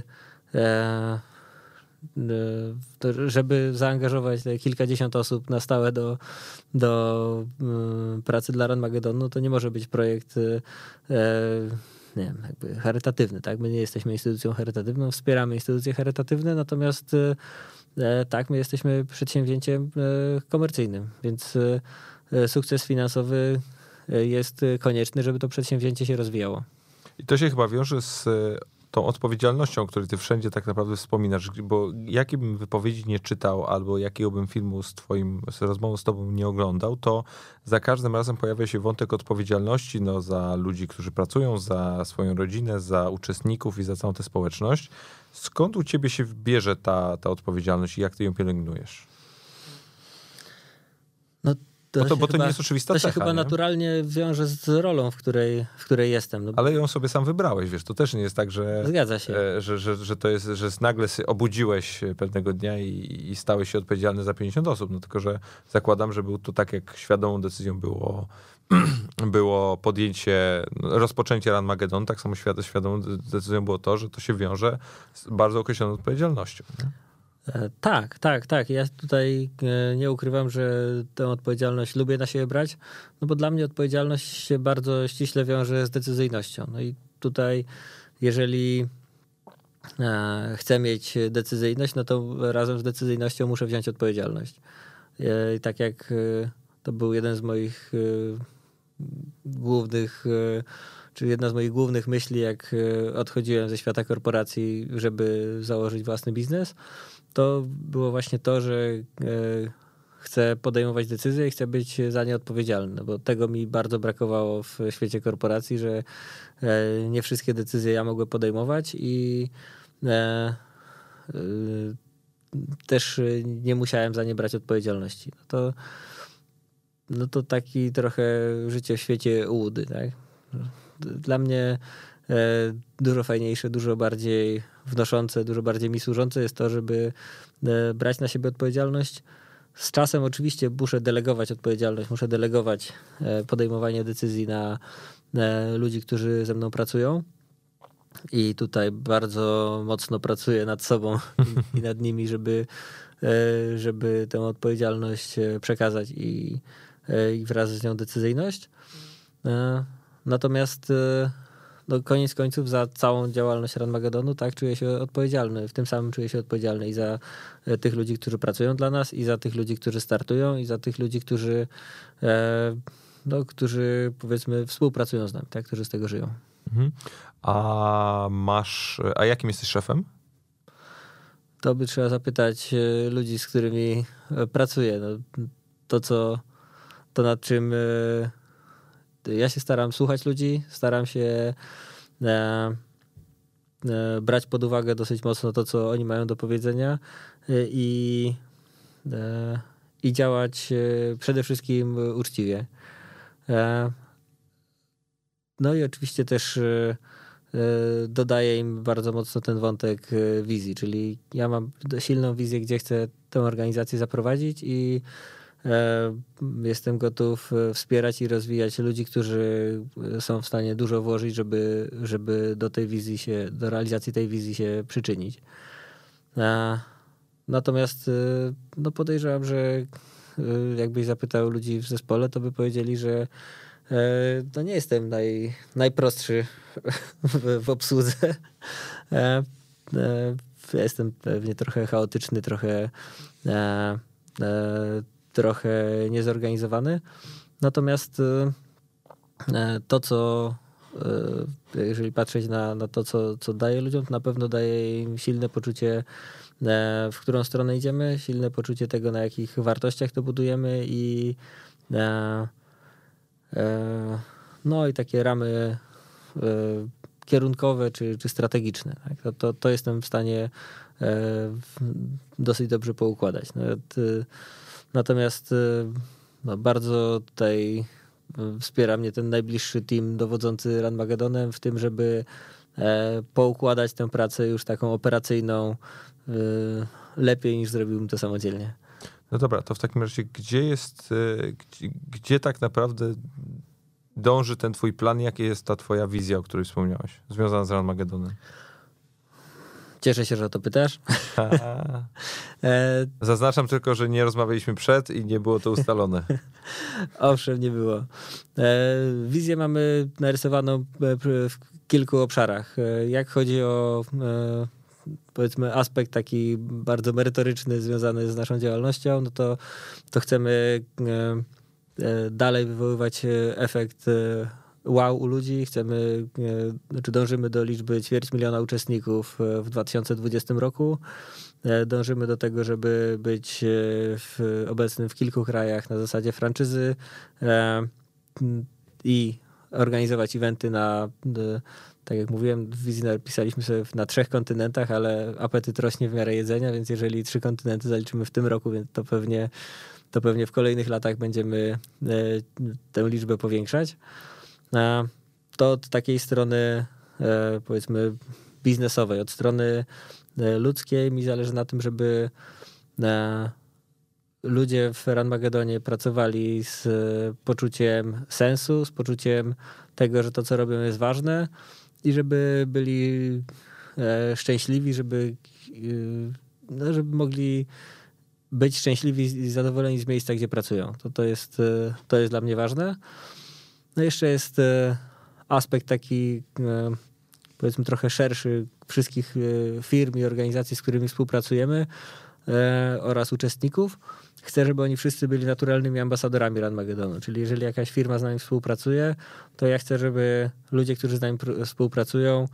[SPEAKER 2] żeby zaangażować te kilkadziesiąt osób na stałe do pracy dla Runmagedonu, to nie może być projekt nie wiem, jakby charytatywny. Tak? My nie jesteśmy instytucją charytatywną, wspieramy instytucje charytatywne, natomiast tak, my jesteśmy przedsięwzięciem komercyjnym, więc sukces finansowy jest konieczny, żeby to przedsięwzięcie się rozwijało.
[SPEAKER 1] I to się chyba wiąże z tą odpowiedzialnością, o której ty wszędzie tak naprawdę wspominasz, bo jakiej bym wypowiedzi nie czytał, albo jakiego bym filmu z rozmową z tobą nie oglądał, to za każdym razem pojawia się wątek odpowiedzialności za ludzi, którzy pracują, za swoją rodzinę, za uczestników i za całą tę społeczność. Skąd u ciebie się bierze ta odpowiedzialność i jak ty ją pielęgnujesz? Bo to nie jest oczywista cecha.
[SPEAKER 2] To się chyba naturalnie wiąże z rolą, w której jestem.
[SPEAKER 1] Ale ją sobie sam wybrałeś, wiesz, to też nie jest tak, że...
[SPEAKER 2] Zgadza się.
[SPEAKER 1] Że to jest, że nagle obudziłeś pewnego dnia i stałeś się odpowiedzialny za 50 osób. No tylko, że zakładam, że był to tak, jak świadomą decyzją było podjęcie, rozpoczęcie Runmagedonu, tak samo świadomą decyzją było to, że to się wiąże z bardzo określoną odpowiedzialnością. Nie?
[SPEAKER 2] Tak. Ja tutaj nie ukrywam, że tę odpowiedzialność lubię na siebie brać, no bo dla mnie odpowiedzialność się bardzo ściśle wiąże z decyzyjnością. No i tutaj, jeżeli chcę mieć decyzyjność, no to razem z decyzyjnością muszę wziąć odpowiedzialność. I tak jak to był jeden z moich głównych, czy jedna z moich głównych myśli, jak odchodziłem ze świata korporacji, żeby założyć własny biznes, to było właśnie to, że chcę podejmować decyzje i chcę być za nie odpowiedzialny, bo tego mi bardzo brakowało w świecie korporacji, że nie wszystkie decyzje ja mogłem podejmować i też nie musiałem za nie brać odpowiedzialności. No to taki trochę życie w świecie ułudy, tak? Dla mnie dużo fajniejsze, dużo bardziej wnoszące, dużo bardziej mi służące jest to, żeby brać na siebie odpowiedzialność Z czasem oczywiście muszę delegować odpowiedzialność, muszę delegować podejmowanie decyzji na ludzi, którzy ze mną pracują. I tutaj bardzo mocno pracuję nad sobą i nad nimi, żeby tę odpowiedzialność przekazać i wraz z nią decyzyjność. Natomiast koniec końców za całą działalność Ranmagedonu tak czuję się odpowiedzialny. W tym samym czuję się odpowiedzialny i za tych ludzi, którzy pracują dla nas, i za tych ludzi, którzy startują, i za tych ludzi, którzy powiedzmy współpracują z nami, tak? Którzy z tego żyją.
[SPEAKER 1] Mhm. A jakim jesteś szefem?
[SPEAKER 2] To by trzeba zapytać ludzi, z którymi pracuję. To nad czym ja się staram słuchać ludzi, staram się brać pod uwagę dosyć mocno to, co oni mają do powiedzenia i działać przede wszystkim uczciwie. No i oczywiście też dodaję im bardzo mocno ten wątek wizji, czyli ja mam silną wizję, gdzie chcę tę organizację zaprowadzić i jestem gotów wspierać i rozwijać ludzi, którzy są w stanie dużo włożyć, żeby do tej wizji do realizacji tej wizji się przyczynić. Natomiast podejrzewam, że jakbyś zapytał ludzi w zespole, to by powiedzieli, że to nie jestem najprostszy w obsłudze. Jestem pewnie trochę chaotyczny, trochę niezorganizowany. Natomiast jeżeli patrzeć na to, co daje ludziom, to na pewno daje im silne poczucie, w którą stronę idziemy, silne poczucie tego, na jakich wartościach to budujemy i takie ramy kierunkowe czy strategiczne. Tak? To jestem w stanie dosyć dobrze poukładać. Natomiast bardzo tutaj wspiera mnie ten najbliższy team dowodzący Ranmagedonem w tym, żeby poukładać tę pracę już taką operacyjną lepiej niż zrobiłbym to samodzielnie.
[SPEAKER 1] No dobra, to w takim razie gdzie tak naprawdę dąży ten twój plan? Jaka jest ta twoja wizja, o której wspomniałeś, związana z Ranmagedonem?
[SPEAKER 2] Cieszę się, że o to pytasz.
[SPEAKER 1] Zaznaczam tylko, że nie rozmawialiśmy przed i nie było to ustalone.
[SPEAKER 2] Owszem, nie było. Wizję mamy narysowaną w kilku obszarach. Jak chodzi o powiedzmy aspekt taki bardzo merytoryczny związany z naszą działalnością, no to chcemy dalej wywoływać efekt wow u ludzi. Dążymy do liczby 250 000 uczestników w 2020 roku. Dążymy do tego, żeby być obecnym w kilku krajach na zasadzie franczyzy i organizować eventy tak jak mówiłem, w wizji napisaliśmy sobie na 3 kontynentach, ale apetyt rośnie w miarę jedzenia, więc jeżeli 3 kontynenty zaliczymy w tym roku, więc to pewnie w kolejnych latach będziemy tę liczbę powiększać. To od takiej strony powiedzmy biznesowej, od strony ludzkiej mi zależy na tym, żeby ludzie w Ranmagedonie pracowali z poczuciem sensu, z poczuciem tego, że to, co robią, jest ważne i żeby byli szczęśliwi, żeby mogli być szczęśliwi i zadowoleni z miejsca, gdzie pracują. To jest dla mnie ważne. No jeszcze jest aspekt taki powiedzmy trochę szerszy wszystkich firm i organizacji, z którymi współpracujemy oraz uczestników. Chcę, żeby oni wszyscy byli naturalnymi ambasadorami Ranmagedonu. Czyli jeżeli jakaś firma z nami współpracuje, to ja chcę, żeby ludzie, którzy z nami współpracują,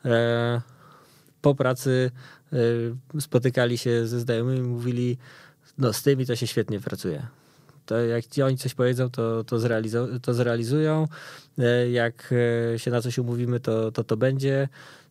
[SPEAKER 2] po pracy spotykali się ze znajomymi i mówili, no z tymi to się świetnie pracuje. To jak ci oni coś powiedzą, to zrealizują. Jak się na coś umówimy, to będzie.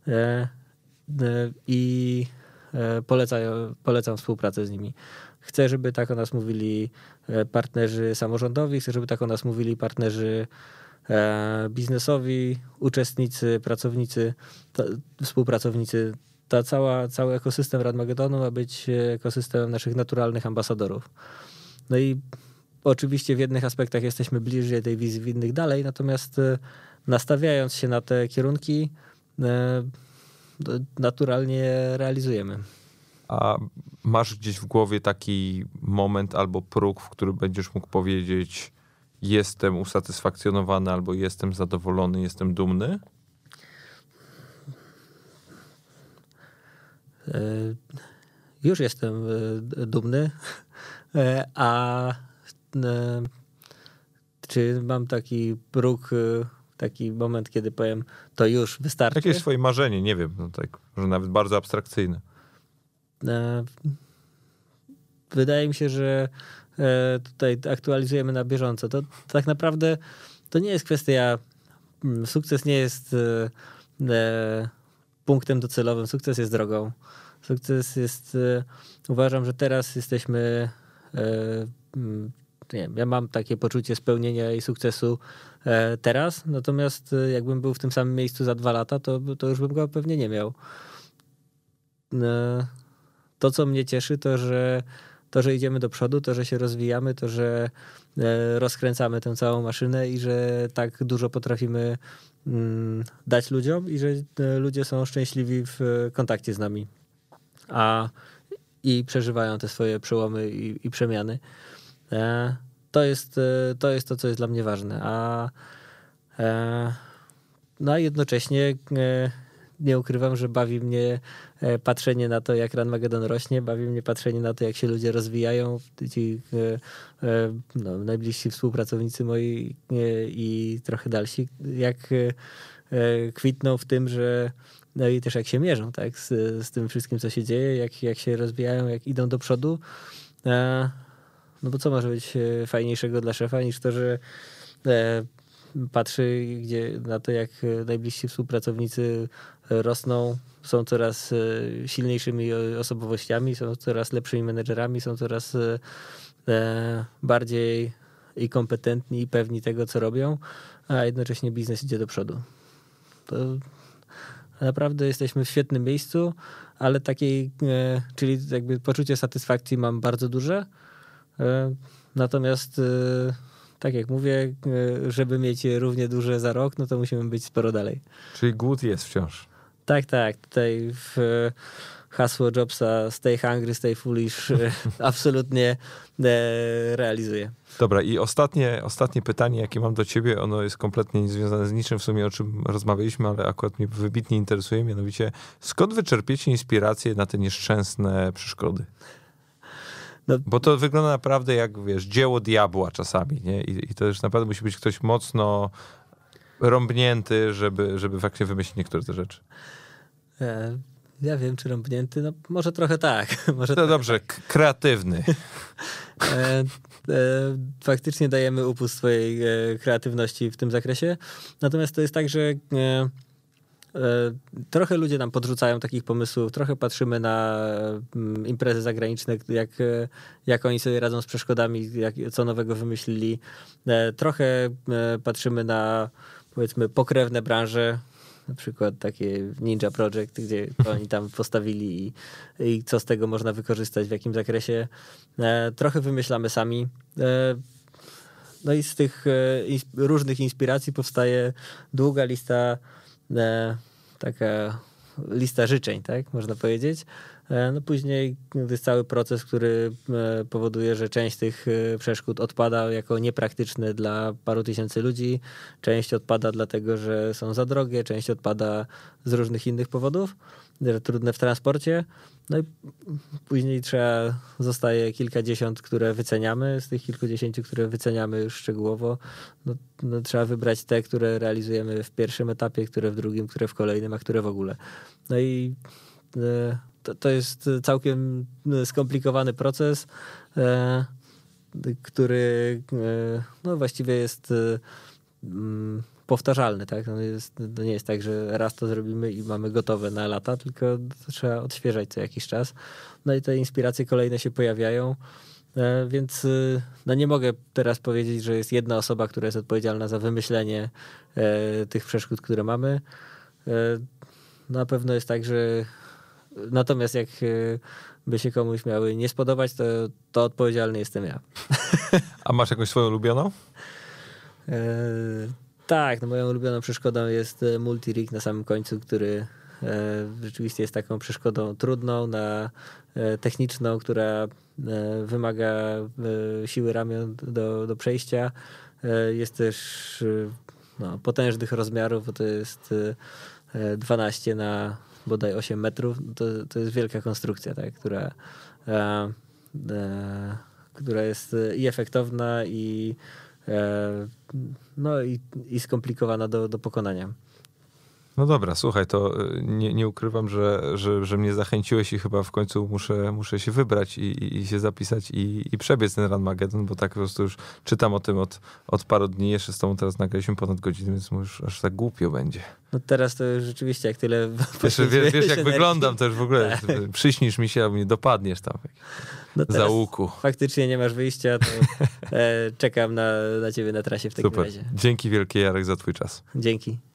[SPEAKER 2] I polecam współpracę z nimi. Chcę, żeby tak o nas mówili partnerzy samorządowi, chcę, żeby tak o nas mówili partnerzy biznesowi, uczestnicy, pracownicy, współpracownicy. Cały ekosystem Ranmagedonu ma być ekosystemem naszych naturalnych ambasadorów. No i oczywiście w jednych aspektach jesteśmy bliżej tej wizji, w innych dalej, natomiast nastawiając się na te kierunki, naturalnie realizujemy.
[SPEAKER 1] A masz gdzieś w głowie taki moment albo próg, w którym będziesz mógł powiedzieć: jestem usatysfakcjonowany, albo jestem zadowolony, jestem dumny?
[SPEAKER 2] Już jestem dumny, a czy mam taki próg, taki moment, kiedy powiem, to już wystarczy?
[SPEAKER 1] Jakie jest twoje marzenie? Nie wiem, no tak, może nawet bardzo abstrakcyjne.
[SPEAKER 2] Wydaje mi się, że tutaj aktualizujemy na bieżąco. To tak naprawdę to nie jest kwestia, sukces nie jest punktem docelowym, sukces jest drogą. Sukces jest, uważam, że teraz jesteśmy, nie wiem, ja mam takie poczucie spełnienia i sukcesu teraz, natomiast jakbym był w tym samym miejscu za 2 lata, to już bym go pewnie nie miał. To, co mnie cieszy, to, że idziemy do przodu, to, że się rozwijamy, to, że rozkręcamy tę całą maszynę i że tak dużo potrafimy dać ludziom i że ludzie są szczęśliwi w kontakcie z nami i przeżywają te swoje przełomy i przemiany. To jest to, co jest dla mnie ważne. No a jednocześnie nie ukrywam, że bawi mnie patrzenie na to, jak Ranmagedon rośnie, bawi mnie patrzenie na to, jak się ludzie rozwijają, ci najbliżsi współpracownicy moi i trochę dalsi, jak kwitną w tym, że no i też jak się mierzą, tak, z tym wszystkim, co się dzieje, jak się rozwijają, jak idą do przodu. No bo co może być fajniejszego dla szefa niż to, że patrzy na to, jak najbliżsi współpracownicy rosną, są coraz silniejszymi osobowościami, są coraz lepszymi menedżerami, są coraz bardziej i kompetentni i pewni tego, co robią, a jednocześnie biznes idzie do przodu. To naprawdę jesteśmy w świetnym miejscu, ale takiej, czyli jakby poczucie satysfakcji mam bardzo duże, natomiast tak jak mówię, żeby mieć je równie duże za rok, no to musimy być sporo dalej.
[SPEAKER 1] Czyli głód jest wciąż.
[SPEAKER 2] Tak. Tutaj hasło Jobsa stay hungry, stay foolish absolutnie realizuje.
[SPEAKER 1] Dobra, i ostatnie pytanie, jakie mam do ciebie, ono jest kompletnie niezwiązane z niczym w sumie, o czym rozmawialiśmy, ale akurat mnie wybitnie interesuje, mianowicie skąd wyczerpiecie inspirację na te nieszczęsne przeszkody? No. Bo to wygląda naprawdę jak, wiesz, dzieło diabła czasami, nie? I to już naprawdę musi być ktoś mocno rąbnięty, żeby faktycznie wymyślić niektóre te rzeczy.
[SPEAKER 2] Ja wiem, czy rąbnięty, no może trochę tak. Może
[SPEAKER 1] to dobrze, kreatywny.
[SPEAKER 2] Faktycznie dajemy upust swojej kreatywności w tym zakresie. Natomiast to jest tak, że trochę ludzie nam podrzucają takich pomysłów, trochę patrzymy na imprezy zagraniczne, jak oni sobie radzą z przeszkodami, co nowego wymyślili. Trochę patrzymy na, powiedzmy, pokrewne branże, na przykład takie Ninja Project, gdzie oni tam postawili i co z tego można wykorzystać, w jakim zakresie. Trochę wymyślamy sami. No i z tych różnych inspiracji powstaje długa lista, taka lista życzeń, tak można powiedzieć. No później jest cały proces, który powoduje, że część tych przeszkód odpada jako niepraktyczne dla paru tysięcy ludzi, część odpada dlatego, że są za drogie, część odpada z różnych innych powodów, trudne w transporcie. No i później zostaje kilkadziesiąt, które wyceniamy. Z tych kilkudziesięciu, które wyceniamy już szczegółowo, no trzeba wybrać te, które realizujemy w pierwszym etapie, które w drugim, które w kolejnym, a które w ogóle. No i to jest całkiem skomplikowany proces, który no właściwie jest powtarzalny. Tak? To nie jest tak, że raz to zrobimy i mamy gotowe na lata, tylko to trzeba odświeżać co jakiś czas. No i te inspiracje kolejne się pojawiają, więc no nie mogę teraz powiedzieć, że jest jedna osoba, która jest odpowiedzialna za wymyślenie tych przeszkód, które mamy. Na pewno jest tak, że natomiast jak by się komuś miały nie spodobać, to odpowiedzialny jestem ja.
[SPEAKER 1] A masz jakąś swoją ulubioną?
[SPEAKER 2] Tak, no moją ulubioną przeszkodą jest multi-rig na samym końcu, który rzeczywiście jest taką przeszkodą trudną, techniczną, która wymaga siły ramion do przejścia. Jest też potężnych rozmiarów, bo to jest 12 na bodaj 8 metrów. To jest wielka konstrukcja, tak, która jest i efektowna, i skomplikowana do pokonania.
[SPEAKER 1] No dobra, słuchaj, to nie ukrywam, że mnie zachęciłeś i chyba w końcu muszę się wybrać i się zapisać i przebiec ten Ranmageddon, bo tak po prostu już czytam o tym od paru dni. Jeszcze z tobą teraz nagraliśmy ponad godzinę, więc już aż tak głupio będzie.
[SPEAKER 2] No teraz to już rzeczywiście, jak tyle...
[SPEAKER 1] Wiesz jak wyglądam też w ogóle. Tak. Przyśnisz mi się, a mnie dopadniesz tam. No za łuku.
[SPEAKER 2] Faktycznie nie masz wyjścia, to czekam na ciebie na trasie w takim razie.
[SPEAKER 1] Dzięki wielkie, Jarek, za twój czas.
[SPEAKER 2] Dzięki.